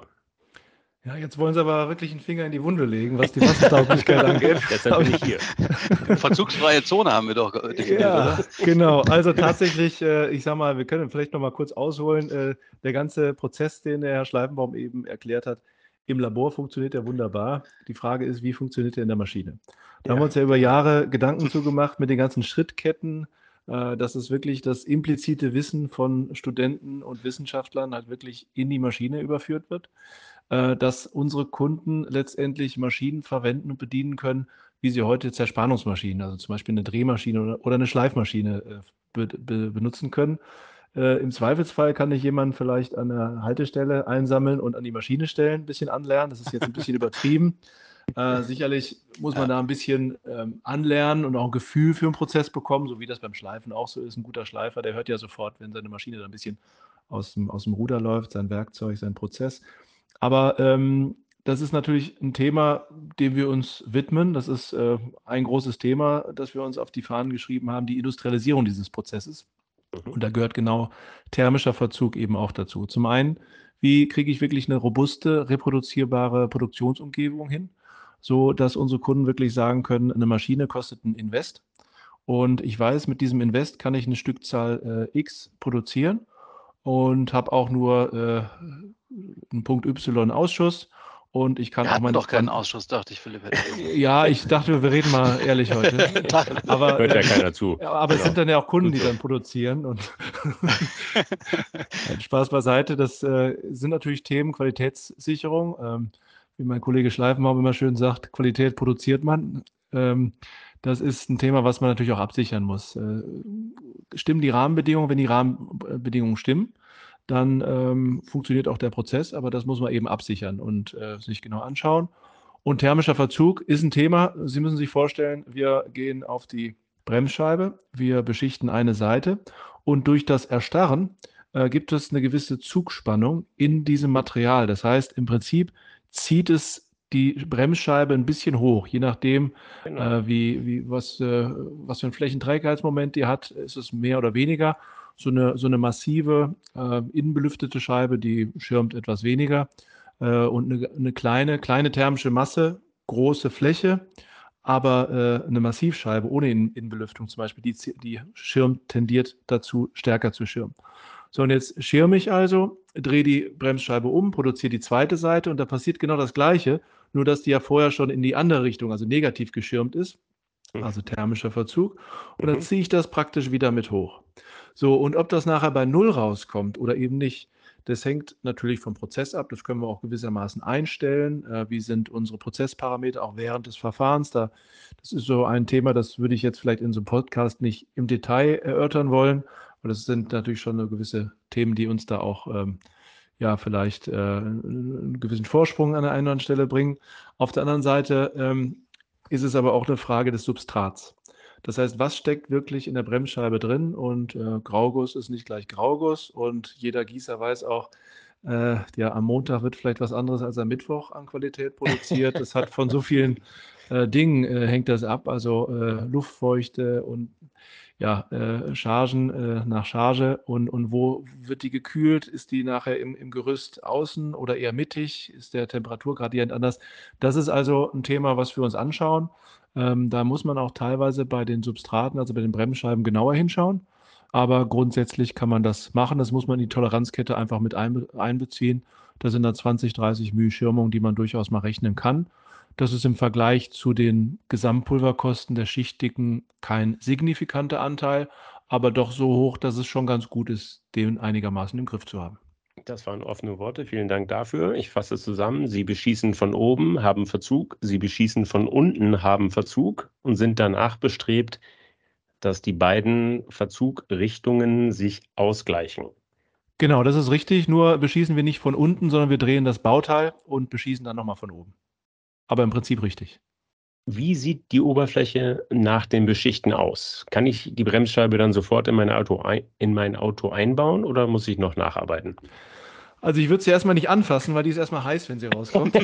Ja, jetzt wollen Sie aber wirklich einen Finger in die Wunde legen, was die Massentauglichkeit angeht. Deshalb bin ich hier. Verzugsfreie Zone haben wir doch definiert, ja, oder? Genau. Also tatsächlich, äh, ich sag mal, wir können vielleicht noch mal kurz ausholen. Äh, der ganze Prozess, den der Herr Schleifenbaum eben erklärt hat, im Labor funktioniert er wunderbar. Die Frage ist, wie funktioniert er in der Maschine? Da ja. haben wir uns ja über Jahre Gedanken zugemacht mit den ganzen Schrittketten, äh, dass es wirklich das implizite Wissen von Studenten und Wissenschaftlern halt wirklich in die Maschine überführt wird, äh, dass unsere Kunden letztendlich Maschinen verwenden und bedienen können, wie sie heute Zerspannungsmaschinen, also zum Beispiel eine Drehmaschine oder, oder eine Schleifmaschine äh, be, be, benutzen können. Äh, Im Zweifelsfall kann ich jemanden vielleicht an der Haltestelle einsammeln und an die Maschine stellen, ein bisschen anlernen. Das ist jetzt ein bisschen übertrieben. Äh, sicherlich muss man Ja. da ein bisschen ähm, anlernen und auch ein Gefühl für einen Prozess bekommen, so wie das beim Schleifen auch so ist. Ein guter Schleifer, der hört ja sofort, wenn seine Maschine da ein bisschen aus dem, aus dem Ruder läuft, sein Werkzeug, sein Prozess. Aber ähm, das ist natürlich ein Thema, dem wir uns widmen. Das ist äh, ein großes Thema, das wir uns auf die Fahnen geschrieben haben, die Industrialisierung dieses Prozesses. Mhm. Und da gehört genau thermischer Verzug eben auch dazu. Zum einen, wie kriege ich wirklich eine robuste, reproduzierbare Produktionsumgebung hin, so dass unsere Kunden wirklich sagen können, eine Maschine kostet ein Invest. Und ich weiß, mit diesem Invest kann ich eine Stückzahl äh, X produzieren und habe auch nur äh, einen Punkt Y Ausschuss. Und ich kann Wir auch hatten meine. doch keinen Ausschuss, dachte ich, Philipp. Ja, ich dachte, wir reden mal ehrlich heute. Aber, Hört ja äh, keiner zu. ja, aber es Genau. sind dann ja auch Kunden, Gut die so. dann produzieren. Und Nein, Spaß beiseite, das äh, sind natürlich Themen Qualitätssicherung. Ähm, wie mein Kollege Schleifenbaum immer schön sagt, Qualität produziert man. Ähm, das ist ein Thema, was man natürlich auch absichern muss. Äh, stimmen die Rahmenbedingungen? Wenn die Rahmenbedingungen stimmen, dann ähm, funktioniert auch der Prozess, aber das muss man eben absichern und äh, sich genau anschauen. Und thermischer Verzug ist ein Thema. Sie müssen sich vorstellen, wir gehen auf die Bremsscheibe, wir beschichten eine Seite und durch das Erstarren äh, gibt es eine gewisse Zugspannung in diesem Material. Das heißt, im Prinzip zieht es die Bremsscheibe ein bisschen hoch, je nachdem, Genau. äh, wie, wie, was, äh, was für ein Flächenträgheitsmoment die hat, ist es mehr oder weniger. So eine, so eine massive, äh, innenbelüftete Scheibe, die schirmt etwas weniger. Äh, und eine, eine kleine, kleine thermische Masse, große Fläche, aber äh, eine Massivscheibe ohne Innen Innenbelüftung zum Beispiel, die, die schirmt, tendiert dazu, stärker zu schirmen. So, und jetzt schirme ich also, drehe die Bremsscheibe um, produziere die zweite Seite und da passiert genau das Gleiche, nur dass die ja vorher schon in die andere Richtung, also negativ geschirmt ist, also thermischer Verzug. Und dann Mhm. ziehe ich das praktisch wieder mit hoch. So, und ob das nachher bei Null rauskommt oder eben nicht, das hängt natürlich vom Prozess ab. Das können wir auch gewissermaßen einstellen. Äh, wie sind unsere Prozessparameter auch während des Verfahrens? Da, das ist so ein Thema, das würde ich jetzt vielleicht in so einem Podcast nicht im Detail erörtern wollen. Aber das sind natürlich schon eine gewisse Themen, die uns da auch ähm, ja vielleicht äh, einen gewissen Vorsprung an der einen oder anderen Stelle bringen. Auf der anderen Seite ähm, ist es aber auch eine Frage des Substrats. Das heißt, was steckt wirklich in der Bremsscheibe drin? Und äh, Grauguss ist nicht gleich Grauguss. Und jeder Gießer weiß auch, äh, ja, am Montag wird vielleicht was anderes als am Mittwoch an Qualität produziert. Das hat von so vielen äh, Dingen äh, hängt das ab. Also äh, Luftfeuchte und ja, äh, Chargen äh, nach Charge und, und wo wird die gekühlt? Ist die nachher im, im Gerüst außen oder eher mittig? Ist der Temperaturgradient anders? Das ist also ein Thema, was wir uns anschauen. Ähm, da muss man auch teilweise bei den Substraten, also bei den Bremsscheiben, genauer hinschauen. Aber grundsätzlich kann man das machen. Das muss man in die Toleranzkette einfach mit einbe einbeziehen. Da sind da zwanzig, dreißig μ Schirmung, die man durchaus mal rechnen kann. Das ist im Vergleich zu den Gesamtpulverkosten der Schichtdicken kein signifikanter Anteil, aber doch so hoch, dass es schon ganz gut ist, den einigermaßen im Griff zu haben. Das waren offene Worte. Vielen Dank dafür. Ich fasse zusammen. Sie beschießen von oben, haben Verzug. Sie beschießen von unten, haben Verzug und sind danach bestrebt, dass die beiden Verzugrichtungen sich ausgleichen. Genau, das ist richtig. Nur beschießen wir nicht von unten, sondern wir drehen das Bauteil und beschießen dann nochmal von oben. Aber im Prinzip richtig. Wie sieht die Oberfläche nach dem Beschichten aus? Kann ich die Bremsscheibe dann sofort in mein Auto, ein, in mein Auto einbauen oder muss ich noch nacharbeiten? Also ich würde sie erstmal nicht anfassen, weil die ist erstmal heiß, wenn sie rauskommt.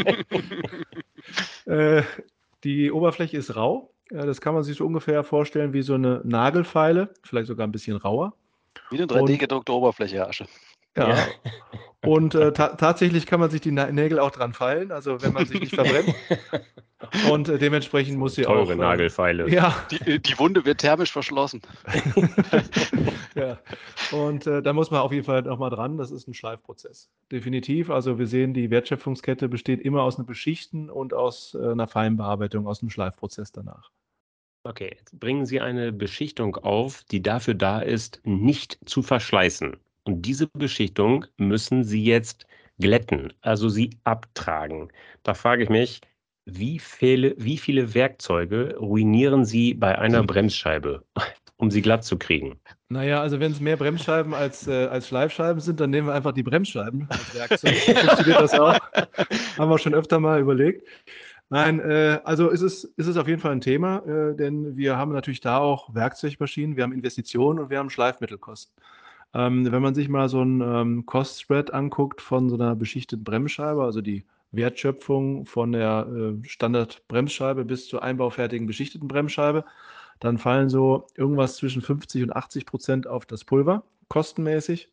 äh, die Oberfläche ist rau. Ja, das kann man sich so ungefähr vorstellen wie so eine Nagelfeile, vielleicht sogar ein bisschen rauer. Wie eine drei D gedruckte Oberfläche, Herr Asche. Ja. ja. Und äh, ta tatsächlich kann man sich die Na Nägel auch dran feilen, also wenn man sich nicht verbrennt. Und äh, dementsprechend muss sie Teure auch. Teure Nagelfeile. Äh, ja. Die, die Wunde wird thermisch verschlossen. ja. Und äh, da muss man auf jeden Fall nochmal dran. Das ist ein Schleifprozess. Definitiv. Also wir sehen, die Wertschöpfungskette besteht immer aus einem Beschichten und aus äh, einer Feinbearbeitung, aus einem Schleifprozess danach. Okay, jetzt bringen Sie eine Beschichtung auf, die dafür da ist, nicht zu verschleißen. Und diese Beschichtung müssen Sie jetzt glätten, also sie abtragen. Da frage ich mich, wie viele, wie viele Werkzeuge ruinieren Sie bei einer Bremsscheibe? um sie glatt zu kriegen? Naja, also wenn es mehr Bremsscheiben als, äh, als Schleifscheiben sind, dann nehmen wir einfach die Bremsscheiben als Werkzeug. Dann funktioniert das auch. Haben wir schon öfter mal überlegt. Nein, äh, also ist es, ist es auf jeden Fall ein Thema, äh, denn wir haben natürlich da auch Werkzeugmaschinen, wir haben Investitionen und wir haben Schleifmittelkosten. Ähm, wenn man sich mal so einen ähm, Cost-Spread anguckt von so einer beschichteten Bremsscheibe, also die Wertschöpfung von der äh, Standard-Bremsscheibe bis zur einbaufertigen beschichteten Bremsscheibe, dann fallen so irgendwas zwischen fünfzig und achtzig Prozent auf das Pulver, kostenmäßig.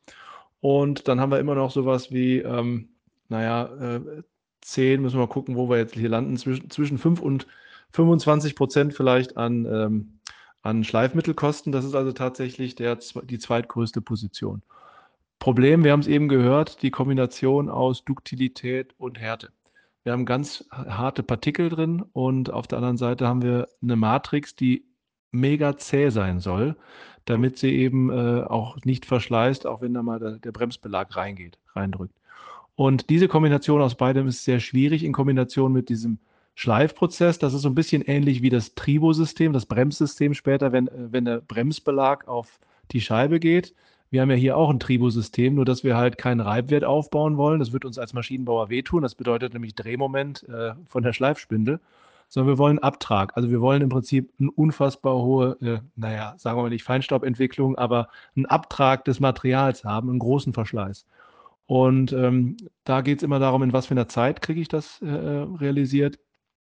Und dann haben wir immer noch sowas wie, ähm, naja, äh, zehn, müssen wir mal gucken, wo wir jetzt hier landen, zwischen, zwischen fünf und fünfundzwanzig Prozent vielleicht an, ähm, an Schleifmittelkosten. Das ist also tatsächlich der, die zweitgrößte Position. Problem, wir haben es eben gehört, die Kombination aus Duktilität und Härte. Wir haben ganz harte Partikel drin und auf der anderen Seite haben wir eine Matrix, die mega zäh sein soll, damit sie eben äh, auch nicht verschleißt, auch wenn da mal der, der Bremsbelag reingeht, reindrückt. Und diese Kombination aus beidem ist sehr schwierig in Kombination mit diesem Schleifprozess. Das ist so ein bisschen ähnlich wie das Tribo-System, das Bremssystem später, wenn, äh, wenn der Bremsbelag auf die Scheibe geht. Wir haben ja hier auch ein Tribo-System, nur dass wir halt keinen Reibwert aufbauen wollen. Das wird uns als Maschinenbauer wehtun. Das bedeutet nämlich Drehmoment äh, von der Schleifspindel. Sondern wir wollen Abtrag. Also wir wollen im Prinzip eine unfassbar hohe, äh, naja, sagen wir mal nicht Feinstaubentwicklung, aber einen Abtrag des Materials haben, einen großen Verschleiß. Und ähm, da geht es immer darum, in was für einer Zeit kriege ich das äh, realisiert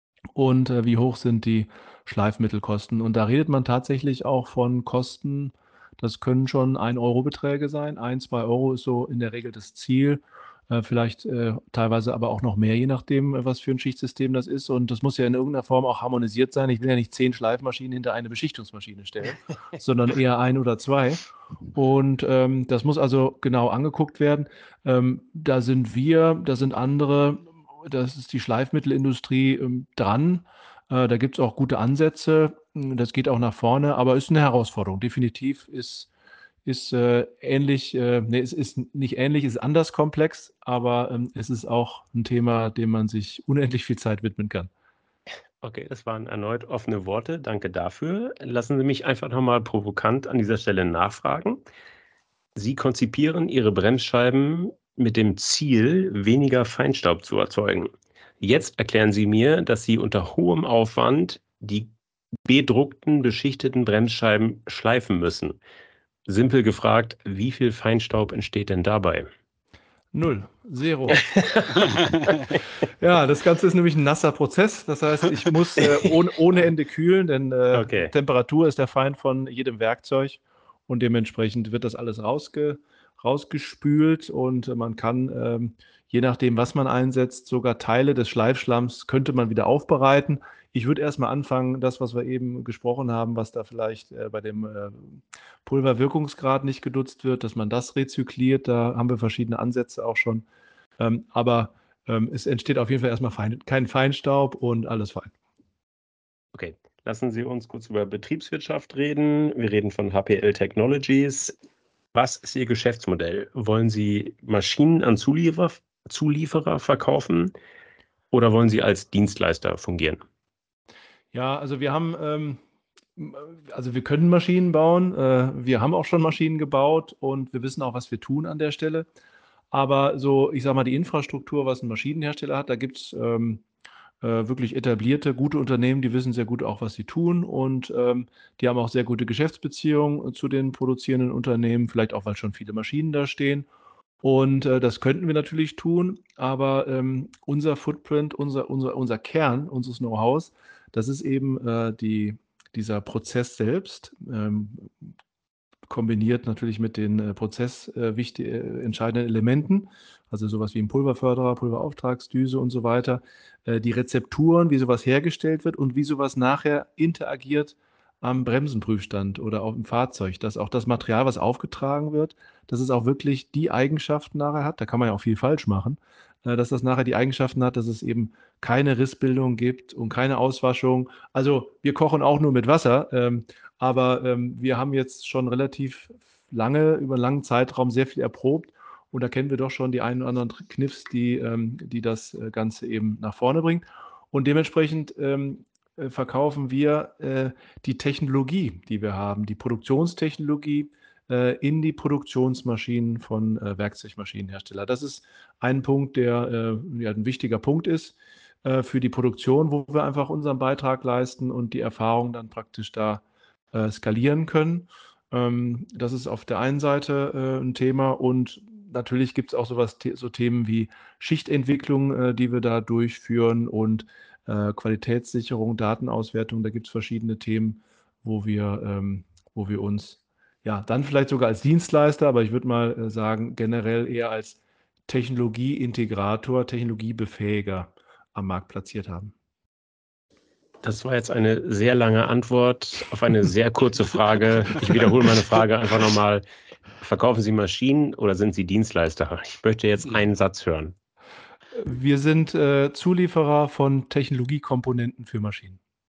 und äh, wie hoch sind die Schleifmittelkosten. Und da redet man tatsächlich auch von Kosten, das können schon ein Euro Beträge sein. ein, zwei Euro ist so in der Regel das Ziel. Äh, vielleicht äh, teilweise aber auch noch mehr, je nachdem, äh, was für ein Schichtsystem das ist. Und das muss ja in irgendeiner Form auch harmonisiert sein. Ich will ja nicht zehn Schleifmaschinen hinter eine Beschichtungsmaschine stellen, sondern eher ein oder zwei. Und ähm, das muss also genau angeguckt werden. Ähm, da sind wir, da sind andere, das ist die Schleifmittelindustrie ähm, dran. Äh, da gibt es auch gute Ansätze. Das geht auch nach vorne, aber ist eine Herausforderung. Definitiv ist, ist äh, ähnlich, äh, nee, es ist nicht ähnlich, ist anders komplex, aber ähm, es ist auch ein Thema, dem man sich unendlich viel Zeit widmen kann. Okay, das waren erneut offene Worte. Danke dafür. Lassen Sie mich einfach nochmal provokant an dieser Stelle nachfragen. Sie konzipieren Ihre Bremsscheiben mit dem Ziel, weniger Feinstaub zu erzeugen. Jetzt erklären Sie mir, dass Sie unter hohem Aufwand die bedruckten, beschichteten Bremsscheiben schleifen müssen. Simpel gefragt, wie viel Feinstaub entsteht denn dabei? Null, Zero. Ja, das Ganze ist nämlich ein nasser Prozess. Das heißt, ich muss äh, ohne, ohne Ende kühlen, denn äh, Okay. Temperatur ist der Feind von jedem Werkzeug und dementsprechend wird das alles rausge, rausgespült und äh, man kann, ähm, je nachdem, was man einsetzt, sogar Teile des Schleifschlamms könnte man wieder aufbereiten. Ich würde erstmal anfangen, das, was wir eben gesprochen haben, was da vielleicht äh, bei dem äh, Pulverwirkungsgrad nicht genutzt wird, dass man das rezykliert. Da haben wir verschiedene Ansätze auch schon. Ähm, aber ähm, es entsteht auf jeden Fall erstmal fein, kein Feinstaub und alles fein. Okay, lassen Sie uns kurz über Betriebswirtschaft reden. Wir reden von H P L Technologies. Was ist Ihr Geschäftsmodell? Wollen Sie Maschinen an Zulieferer, Zulieferer verkaufen oder wollen Sie als Dienstleister fungieren? Ja, also wir haben, ähm, also wir können Maschinen bauen. Äh, wir haben auch schon Maschinen gebaut und wir wissen auch, was wir tun an der Stelle. Aber so, ich sage mal, die Infrastruktur, was ein Maschinenhersteller hat, da gibt es ähm, äh, wirklich etablierte, gute Unternehmen, die wissen sehr gut auch, was sie tun und ähm, die haben auch sehr gute Geschäftsbeziehungen zu den produzierenden Unternehmen, vielleicht auch, weil schon viele Maschinen da stehen. Und äh, das könnten wir natürlich tun, aber ähm, unser Footprint, unser, unser, unser Kern unseres Know-hows, das ist eben äh, die, dieser Prozess selbst, ähm, kombiniert natürlich mit den äh, prozesswichtig äh, äh, entscheidenden Elementen, also sowas wie ein Pulverförderer, Pulverauftragsdüse und so weiter, äh, die Rezepturen, wie sowas hergestellt wird und wie sowas nachher interagiert am Bremsenprüfstand oder auf dem Fahrzeug, dass auch das Material, was aufgetragen wird, dass es auch wirklich die Eigenschaften nachher hat, da kann man ja auch viel falsch machen, äh, dass das nachher die Eigenschaften hat, dass es eben keine Rissbildung gibt und keine Auswaschung. Also wir kochen auch nur mit Wasser, ähm, aber ähm, wir haben jetzt schon relativ lange, über einen langen Zeitraum sehr viel erprobt und da kennen wir doch schon die einen oder anderen Kniffs, die, ähm, die das Ganze eben nach vorne bringen. Und dementsprechend ähm, äh, verkaufen wir äh, die Technologie, die wir haben, die Produktionstechnologie äh, in die Produktionsmaschinen von äh, Werkzeugmaschinenherstellern. Das ist ein Punkt, der äh, ja, ein wichtiger Punkt ist äh, für die Produktion, wo wir einfach unseren Beitrag leisten und die Erfahrung dann praktisch da äh, skalieren können. Ähm, das ist auf der einen Seite äh, ein Thema, und natürlich gibt es auch sowas, so Themen wie Schichtentwicklung, äh, die wir da durchführen, und äh, Qualitätssicherung, Datenauswertung. Da gibt es verschiedene Themen, wo wir, ähm, wo wir uns ja dann vielleicht sogar als Dienstleister, aber ich würde mal äh, sagen, generell eher als Technologieintegrator, Technologiebefähiger am Markt platziert haben. Das war jetzt eine sehr lange Antwort auf eine sehr kurze Frage. Ich wiederhole meine Frage einfach nochmal. Verkaufen Sie Maschinen oder sind Sie Dienstleister? Ich möchte jetzt einen Satz hören. Wir sind äh, Zulieferer von Technologiekomponenten für Maschinen.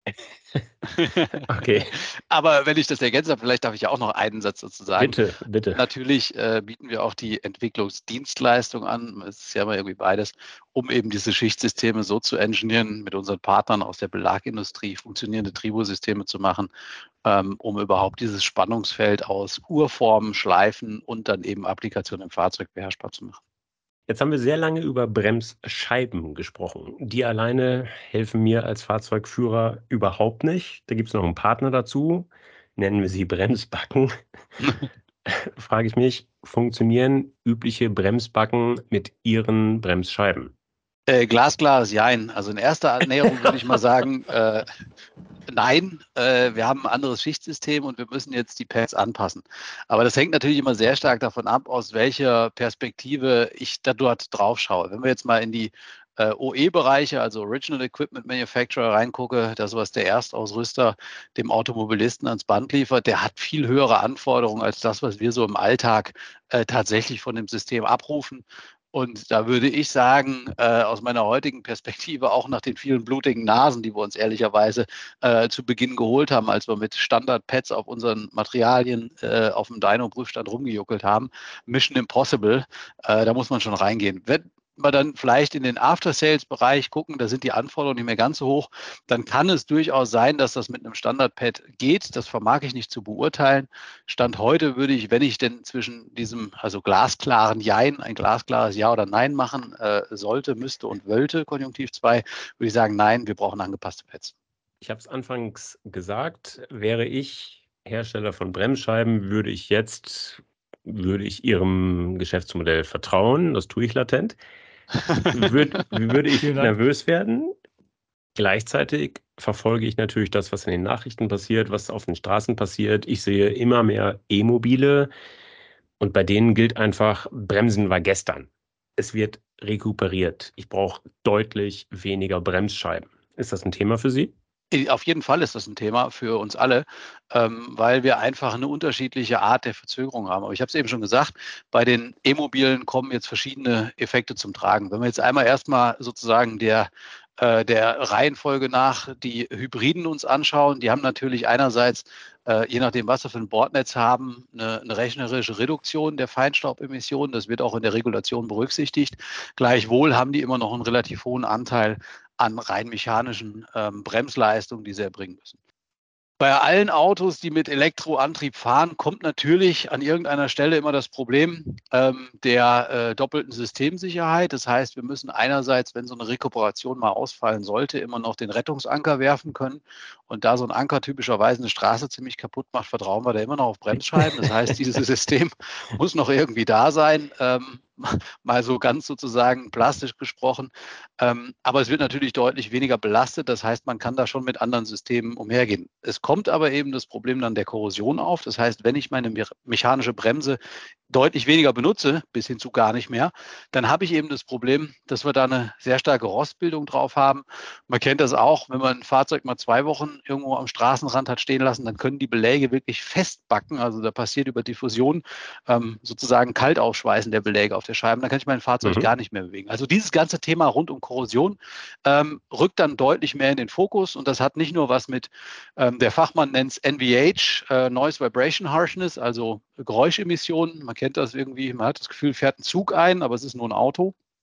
Okay. Aber wenn ich das ergänze, habe, vielleicht darf ich ja auch noch einen Satz dazu sagen. Bitte, bitte. Natürlich äh, bieten wir auch die Entwicklungsdienstleistung an. Es ist ja immer irgendwie beides, um eben diese Schichtsysteme so zu engineeren, mit unseren Partnern aus der Belagindustrie funktionierende Tribosysteme zu machen, ähm, um überhaupt dieses Spannungsfeld aus Urformen, Schleifen und dann eben Applikationen im Fahrzeug beherrschbar zu machen. Jetzt haben wir sehr lange über Bremsscheiben gesprochen. Die alleine helfen mir als Fahrzeugführer überhaupt nicht. Da gibt es noch einen Partner dazu, nennen wir sie Bremsbacken. Frage ich mich, funktionieren übliche Bremsbacken mit ihren Bremsscheiben? Äh, glasklares Jein. Also in erster Annäherung würde ich mal sagen, äh, nein, äh, wir haben ein anderes Schichtsystem und wir müssen jetzt die Pads anpassen. Aber das hängt natürlich immer sehr stark davon ab, aus welcher Perspektive ich da dort drauf schaue. Wenn wir jetzt mal in die äh, O E-Bereiche, also Original Equipment Manufacturer, reingucke, das, was der Erstausrüster dem Automobilisten ans Band liefert, der hat viel höhere Anforderungen als das, was wir so im Alltag äh, tatsächlich von dem System abrufen. Und da würde ich sagen, äh, aus meiner heutigen Perspektive, auch nach den vielen blutigen Nasen, die wir uns ehrlicherweise äh, zu Beginn geholt haben, als wir mit Standard-Pads auf unseren Materialien äh, auf dem Dyno-Prüfstand rumgejuckelt haben, Mission Impossible, äh, da muss man schon reingehen. Wenn wir dann vielleicht in den After-Sales-Bereich gucken, da sind die Anforderungen nicht mehr ganz so hoch, dann kann es durchaus sein, dass das mit einem Standard-Pad geht. Das vermag ich nicht zu beurteilen. Stand heute würde ich, wenn ich denn zwischen diesem, also glasklaren Jein, ein glasklares Ja oder Nein machen äh, sollte, müsste und wollte, Konjunktiv zwei, würde ich sagen, nein, wir brauchen angepasste Pads. Ich habe es anfangs gesagt, wäre ich Hersteller von Bremsscheiben, würde ich jetzt, würde ich Ihrem Geschäftsmodell vertrauen. Das tue ich latent. Würde, würde ich nervös werden. Gleichzeitig verfolge ich natürlich das, was in den Nachrichten passiert, was auf den Straßen passiert. Ich sehe immer mehr E-Mobile und bei denen gilt einfach, Bremsen war gestern. Es wird rekuperiert. Ich brauche deutlich weniger Bremsscheiben. Ist das ein Thema für Sie? Auf jeden Fall ist das ein Thema für uns alle, ähm, weil wir einfach eine unterschiedliche Art der Verzögerung haben. Aber ich habe es eben schon gesagt, bei den E-Mobilen kommen jetzt verschiedene Effekte zum Tragen. Wenn wir jetzt einmal erstmal sozusagen der der Reihenfolge nach die Hybriden uns anschauen, die haben natürlich einerseits, äh, je nachdem, was sie für ein Bordnetz haben, eine, eine rechnerische Reduktion der Feinstaubemissionen. Das wird auch in der Regulation berücksichtigt. Gleichwohl haben die immer noch einen relativ hohen Anteil an rein mechanischen ähm, Bremsleistungen, die sie erbringen müssen. Bei allen Autos, die mit Elektroantrieb fahren, kommt natürlich an irgendeiner Stelle immer das Problem ähm, der äh, doppelten Systemsicherheit. Das heißt, wir müssen einerseits, wenn so eine Rekuperation mal ausfallen sollte, immer noch den Rettungsanker werfen können. Und da so ein Anker typischerweise eine Straße ziemlich kaputt macht, vertrauen wir da immer noch auf Bremsscheiben. Das heißt, dieses System muss noch irgendwie da sein. Ähm, mal so ganz sozusagen plastisch gesprochen. Ähm, aber es wird natürlich deutlich weniger belastet. Das heißt, man kann da schon mit anderen Systemen umhergehen. Es kommt aber eben das Problem dann der Korrosion auf. Das heißt, wenn ich meine me- mechanische Bremse deutlich weniger benutze, bis hin zu gar nicht mehr, dann habe ich eben das Problem, dass wir da eine sehr starke Rostbildung drauf haben. Man kennt das auch, wenn man ein Fahrzeug mal zwei Wochen irgendwo am Straßenrand hat stehen lassen, dann können die Beläge wirklich festbacken. Also da passiert über Diffusion ähm, sozusagen Kaltaufschweißen der Beläge auf der Scheibe. Dann kann ich mein Fahrzeug mhm. gar nicht mehr bewegen. Also dieses ganze Thema rund um Korrosion ähm, rückt dann deutlich mehr in den Fokus, und das hat nicht nur was mit, ähm, der Fachmann nennt es N V H, äh, Noise Vibration Harshness, also Geräuschemissionen. Man kennt das irgendwie, man hat das Gefühl, fährt ein Zug ein, aber es ist nur ein Auto.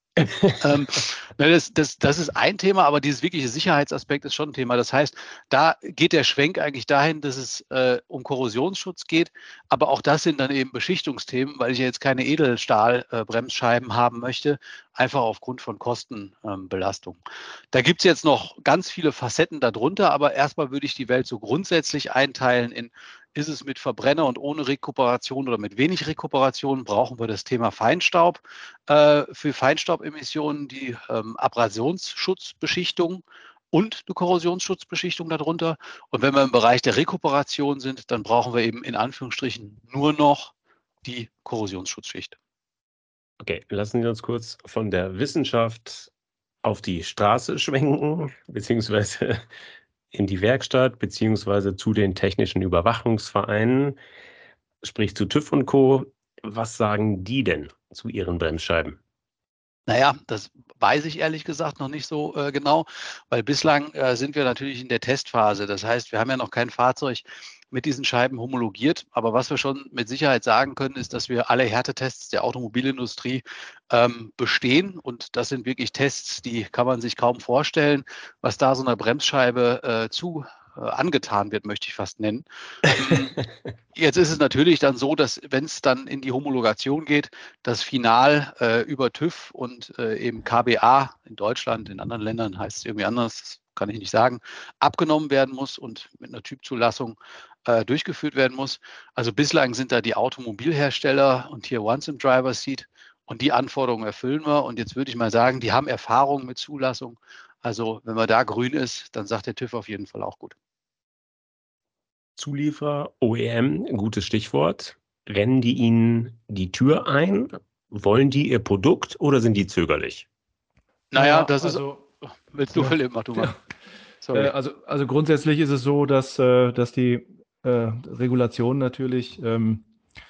ähm, das, das, das ist ein Thema, aber dieses wirkliche Sicherheitsaspekt ist schon ein Thema. Das heißt, da geht der Schwenk eigentlich dahin, dass es äh, um Korrosionsschutz geht, aber auch das sind dann eben Beschichtungsthemen, weil ich ja jetzt keine Edelstahl-Bremsscheiben äh, haben möchte, einfach aufgrund von Kostenbelastung. Ähm, da gibt es jetzt noch ganz viele Facetten darunter, aber erstmal würde ich die Welt so grundsätzlich einteilen in: Ist es mit Verbrenner und ohne Rekuperation oder mit wenig Rekuperation? Brauchen wir das Thema Feinstaub? Äh, für Feinstaubemissionen die ähm, Abrasionsschutzbeschichtung und eine Korrosionsschutzbeschichtung darunter. Und wenn wir im Bereich der Rekuperation sind, dann brauchen wir eben in Anführungsstrichen nur noch die Korrosionsschutzschicht. Okay, lassen Sie uns kurz von der Wissenschaft auf die Straße schwenken, beziehungsweise in die Werkstatt, beziehungsweise zu den technischen Überwachungsvereinen, sprich zu TÜV und Co. Was sagen die denn zu ihren Bremsscheiben? Naja, das weiß ich ehrlich gesagt noch nicht so äh, genau, weil bislang äh, sind wir natürlich in der Testphase. Das heißt, wir haben ja noch kein Fahrzeug mit diesen Scheiben homologiert. Aber was wir schon mit Sicherheit sagen können, ist, dass wir alle Härtetests der Automobilindustrie ähm, bestehen. Und das sind wirklich Tests, die kann man sich kaum vorstellen, was da so einer Bremsscheibe äh, zu äh, angetan wird, möchte ich fast nennen. Jetzt ist es natürlich dann so, dass, wenn es dann in die Homologation geht, das final äh, über TÜV und äh, eben K B A in Deutschland, in anderen Ländern heißt es irgendwie anders, das kann ich nicht sagen, abgenommen werden muss und mit einer Typzulassung äh, durchgeführt werden muss. Also bislang sind da die Automobilhersteller und Tier Ones im Driver Seat und die Anforderungen erfüllen wir. Und jetzt würde ich mal sagen, die haben Erfahrung mit Zulassung. Also wenn man da grün ist, dann sagt der TÜV auf jeden Fall auch gut. Zulieferer, O E M, gutes Stichwort. Rennen die Ihnen die Tür ein? Wollen die Ihr Produkt oder sind die zögerlich? Naja, Naja, das ist. also, Willst du, ja, Philipp, mach du mal. ja. Sorry. Äh, also, also grundsätzlich ist es so, dass, äh, dass die äh, Regulation natürlich ähm,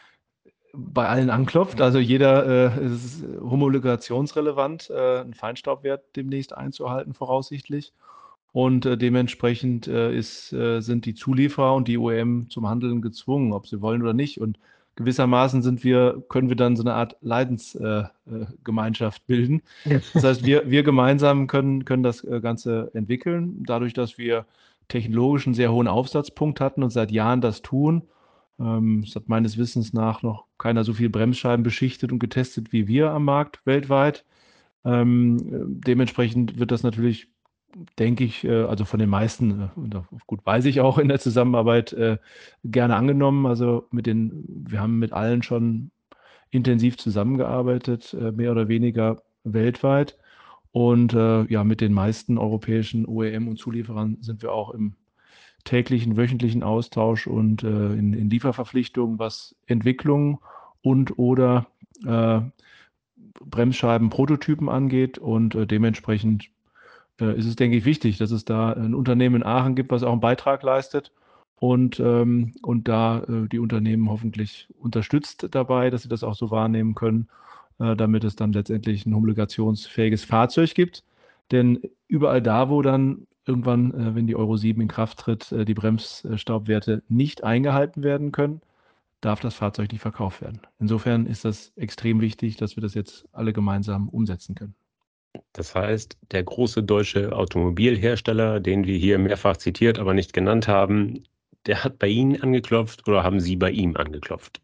bei allen anklopft. Also jeder äh, ist homologationsrelevant, äh, einen Feinstaubwert demnächst einzuhalten, voraussichtlich. Und äh, dementsprechend äh, ist, äh, sind die Zulieferer und die O E M zum Handeln gezwungen, ob sie wollen oder nicht. Und gewissermaßen sind wir, können wir dann so eine Art Leidensgemeinschaft äh, äh, bilden. Das heißt, wir, wir gemeinsam können, können das äh, Ganze entwickeln, dadurch, dass wir technologisch einen sehr hohen Aufsatzpunkt hatten und seit Jahren das tun. Ähm, es hat meines Wissens nach noch keiner so viel Bremsscheiben beschichtet und getestet wie wir am Markt weltweit. Ähm, dementsprechend wird das natürlich, denke ich, äh, also von den meisten, äh, gut weiß ich auch in der Zusammenarbeit, äh, gerne angenommen. Also mit den, wir haben mit allen schon intensiv zusammengearbeitet, äh, mehr oder weniger weltweit. Und äh, ja, mit den meisten europäischen O E M und Zulieferern sind wir auch im täglichen, wöchentlichen Austausch und äh, in, in Lieferverpflichtungen, was Entwicklung und oder äh, Bremsscheiben-Prototypen angeht. Und äh, dementsprechend äh, ist es, denke ich, wichtig, dass es da ein Unternehmen in Aachen gibt, was auch einen Beitrag leistet und, ähm, und da äh, die Unternehmen hoffentlich unterstützt dabei, dass sie das auch so wahrnehmen können, äh, damit es dann letztendlich ein homologationsfähiges Fahrzeug gibt. Denn überall da, wo dann irgendwann, äh, wenn die Euro sieben in Kraft tritt, äh, die Bremsstaubwerte nicht eingehalten werden können, darf das Fahrzeug nicht verkauft werden. Insofern ist das extrem wichtig, dass wir das jetzt alle gemeinsam umsetzen können. Das heißt, der große deutsche Automobilhersteller, den wir hier mehrfach zitiert, aber nicht genannt haben, der hat bei Ihnen angeklopft oder haben Sie bei ihm angeklopft?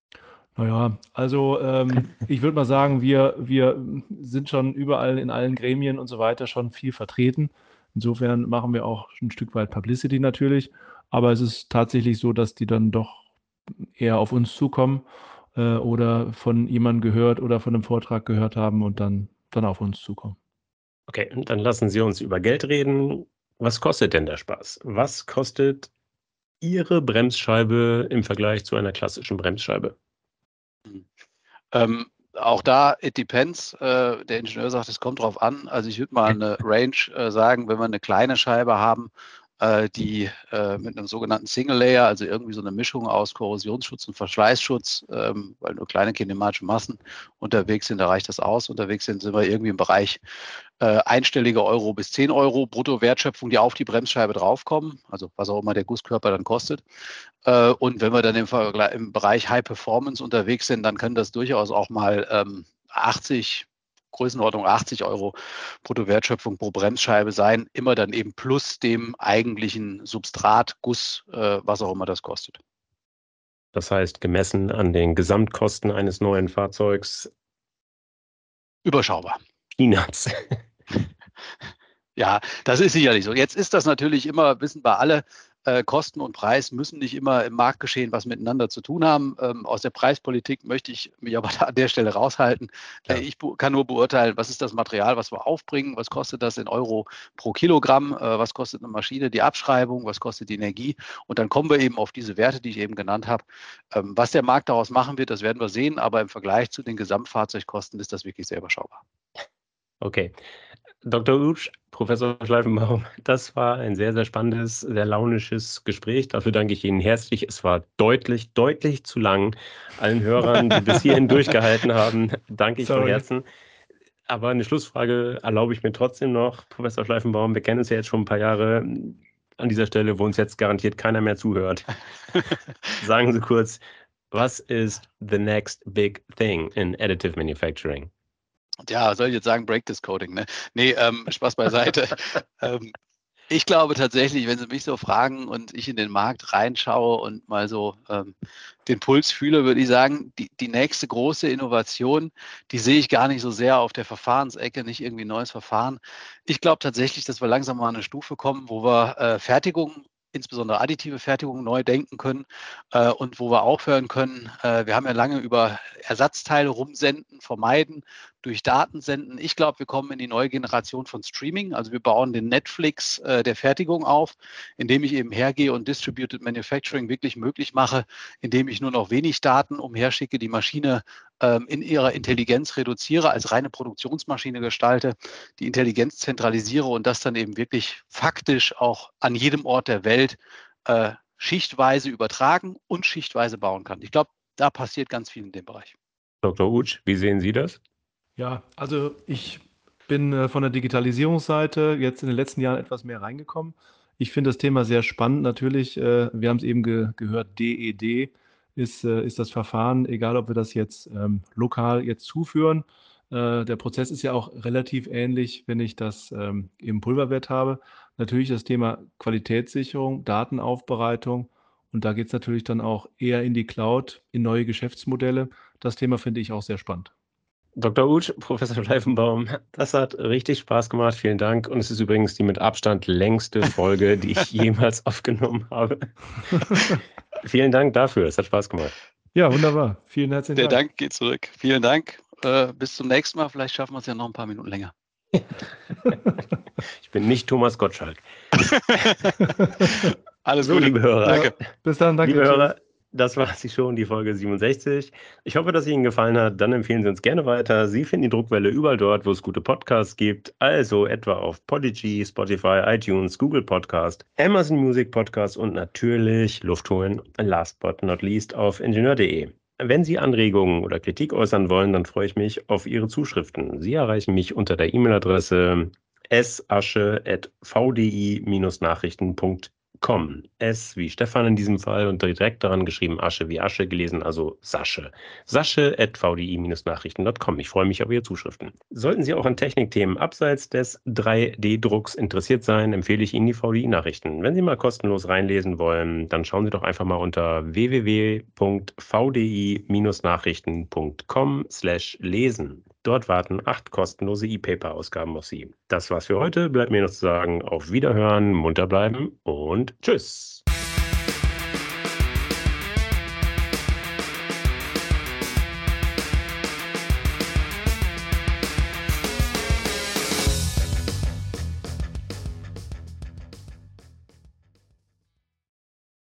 Naja, also ähm, ich würde mal sagen, wir, wir sind schon überall in allen Gremien und so weiter schon viel vertreten. Insofern machen wir auch ein Stück weit Publicity natürlich. Aber es ist tatsächlich so, dass die dann doch eher auf uns zukommen äh, oder von jemandem gehört oder von einem Vortrag gehört haben und dann, dann auf uns zukommen. Okay, dann lassen Sie uns über Geld reden. Was kostet denn der Spaß? Was kostet Ihre Bremsscheibe im Vergleich zu einer klassischen Bremsscheibe? Ähm, auch da, it depends. Äh, der Ingenieur sagt, es kommt drauf an. Also ich würde mal eine Range äh, sagen, wenn wir eine kleine Scheibe haben, äh, die äh, mit einem sogenannten Single Layer, also irgendwie so eine Mischung aus Korrosionsschutz und Verschleißschutz, ähm, weil nur kleine kinematische Massen unterwegs sind, da reicht das aus. Unterwegs sind, sind wir irgendwie im Bereich äh, einstellige Euro bis zehn Euro Brutto-Wertschöpfung, die auf die Bremsscheibe draufkommen, also was auch immer der Gusskörper dann kostet. Äh, und wenn wir dann im, im Bereich High Performance unterwegs sind, dann können das durchaus auch mal ähm, achtzig, Größenordnung achtzig Euro Bruttowertschöpfung pro Bremsscheibe sein, immer dann eben plus dem eigentlichen Substrat, Guss, äh, was auch immer das kostet. Das heißt, gemessen an den Gesamtkosten eines neuen Fahrzeugs überschaubar. Peanuts. Ja, das ist sicherlich so. Jetzt ist das natürlich immer, wissen wir alle, äh, Kosten und Preis müssen nicht immer im Marktgeschehen was miteinander zu tun haben. Ähm, aus der Preispolitik möchte ich mich aber da an der Stelle raushalten. Äh, ich kann nur beurteilen, was ist das Material, was wir aufbringen, was kostet das in Euro pro Kilogramm, äh, was kostet eine Maschine, die Abschreibung, was kostet die Energie. Und dann kommen wir eben auf diese Werte, die ich eben genannt habe. Ähm, was der Markt daraus machen wird, das werden wir sehen, aber im Vergleich zu den Gesamtfahrzeugkosten ist das wirklich sehr überschaubar. Okay. Doktor Utsch, Professor Schleifenbaum, das war ein sehr, sehr spannendes, sehr launisches Gespräch. Dafür danke ich Ihnen herzlich. Es war deutlich, deutlich zu lang. Allen Hörern, die bis hierhin durchgehalten haben, danke ich Sorry. von Herzen. Aber eine Schlussfrage erlaube ich mir trotzdem noch. Professor Schleifenbaum, wir kennen uns ja jetzt schon ein paar Jahre. An dieser Stelle, wo uns jetzt garantiert keiner mehr zuhört. Sagen Sie kurz, was ist the next big thing in additive manufacturing? Ja, soll ich jetzt sagen, Break this Coding, ne? Nee, ähm, Spaß beiseite. ähm, ich glaube tatsächlich, wenn Sie mich so fragen und ich in den Markt reinschaue und mal so ähm, den Puls fühle, würde ich sagen, die, die nächste große Innovation, die sehe ich gar nicht so sehr auf der Verfahrensecke, nicht irgendwie ein neues Verfahren. Ich glaube tatsächlich, dass wir langsam mal an eine Stufe kommen, wo wir äh, Fertigung, insbesondere additive Fertigung, neu denken können äh, und wo wir aufhören können. Äh, wir haben ja lange über Ersatzteile rumsenden, vermeiden, durch Daten senden. Ich glaube, wir kommen in die neue Generation von Streaming. Also wir bauen den Netflix äh, der Fertigung auf, indem ich eben hergehe und Distributed Manufacturing wirklich möglich mache, indem ich nur noch wenig Daten umherschicke, die Maschine ähm, in ihrer Intelligenz reduziere, als reine Produktionsmaschine gestalte, die Intelligenz zentralisiere und das dann eben wirklich faktisch auch an jedem Ort der Welt äh, schichtweise übertragen und schichtweise bauen kann. Ich glaube, da passiert ganz viel in dem Bereich. Doktor Utsch, wie sehen Sie das? Ja, also ich bin äh, von der Digitalisierungsseite jetzt in den letzten Jahren etwas mehr reingekommen. Ich finde das Thema sehr spannend. Natürlich, äh, wir haben es eben ge gehört, D E D ist, äh, ist das Verfahren, egal ob wir das jetzt ähm, lokal jetzt zuführen. Äh, der Prozess ist ja auch relativ ähnlich, wenn ich das ähm, im Pulverbett habe. Natürlich das Thema Qualitätssicherung, Datenaufbereitung und da geht es natürlich dann auch eher in die Cloud, in neue Geschäftsmodelle. Das Thema finde ich auch sehr spannend. Doktor Utsch, Professor Schleifenbaum, das hat richtig Spaß gemacht. Vielen Dank. Und es ist übrigens die mit Abstand längste Folge, die ich jemals aufgenommen habe. Vielen Dank dafür. Es hat Spaß gemacht. Ja, wunderbar. Vielen herzlichen Der Dank. Der Dank geht zurück. Vielen Dank. Äh, bis zum nächsten Mal. Vielleicht schaffen wir es ja noch ein paar Minuten länger. Ich bin nicht Thomas Gottschalk. Alles so, Gute. Liebe Hörer. Danke. Bis dann. Danke. Liebe Hörer. Das war sie schon, die Folge siebenundsechzig. Ich hoffe, dass es Ihnen gefallen hat. Dann empfehlen Sie uns gerne weiter. Sie finden die Druckwelle überall dort, wo es gute Podcasts gibt. Also etwa auf Podigy, Spotify, iTunes, Google Podcast, Amazon Music Podcast und natürlich Luft holen, last but not least, auf ingenieur punkt de. Wenn Sie Anregungen oder Kritik äußern wollen, dann freue ich mich auf Ihre Zuschriften. Sie erreichen mich unter der E-Mail-Adresse s asche at v d i dash nachrichten punkt com. S wie Stefan in diesem Fall und direkt daran geschrieben Asche wie Asche gelesen, also Sasche. Sasche at v d i dash nachrichten punkt com. Ich freue mich auf Ihre Zuschriften. Sollten Sie auch an Technikthemen abseits des drei D Drucks interessiert sein, empfehle ich Ihnen die V D I-Nachrichten. Wenn Sie mal kostenlos reinlesen wollen, dann schauen Sie doch einfach mal unter w w w punkt v d i dash nachrichten punkt com slash lesen. Dort warten acht kostenlose E-Paper-Ausgaben auf Sie. Das war's für heute. Bleibt mir noch zu sagen, auf Wiederhören, munter bleiben und tschüss.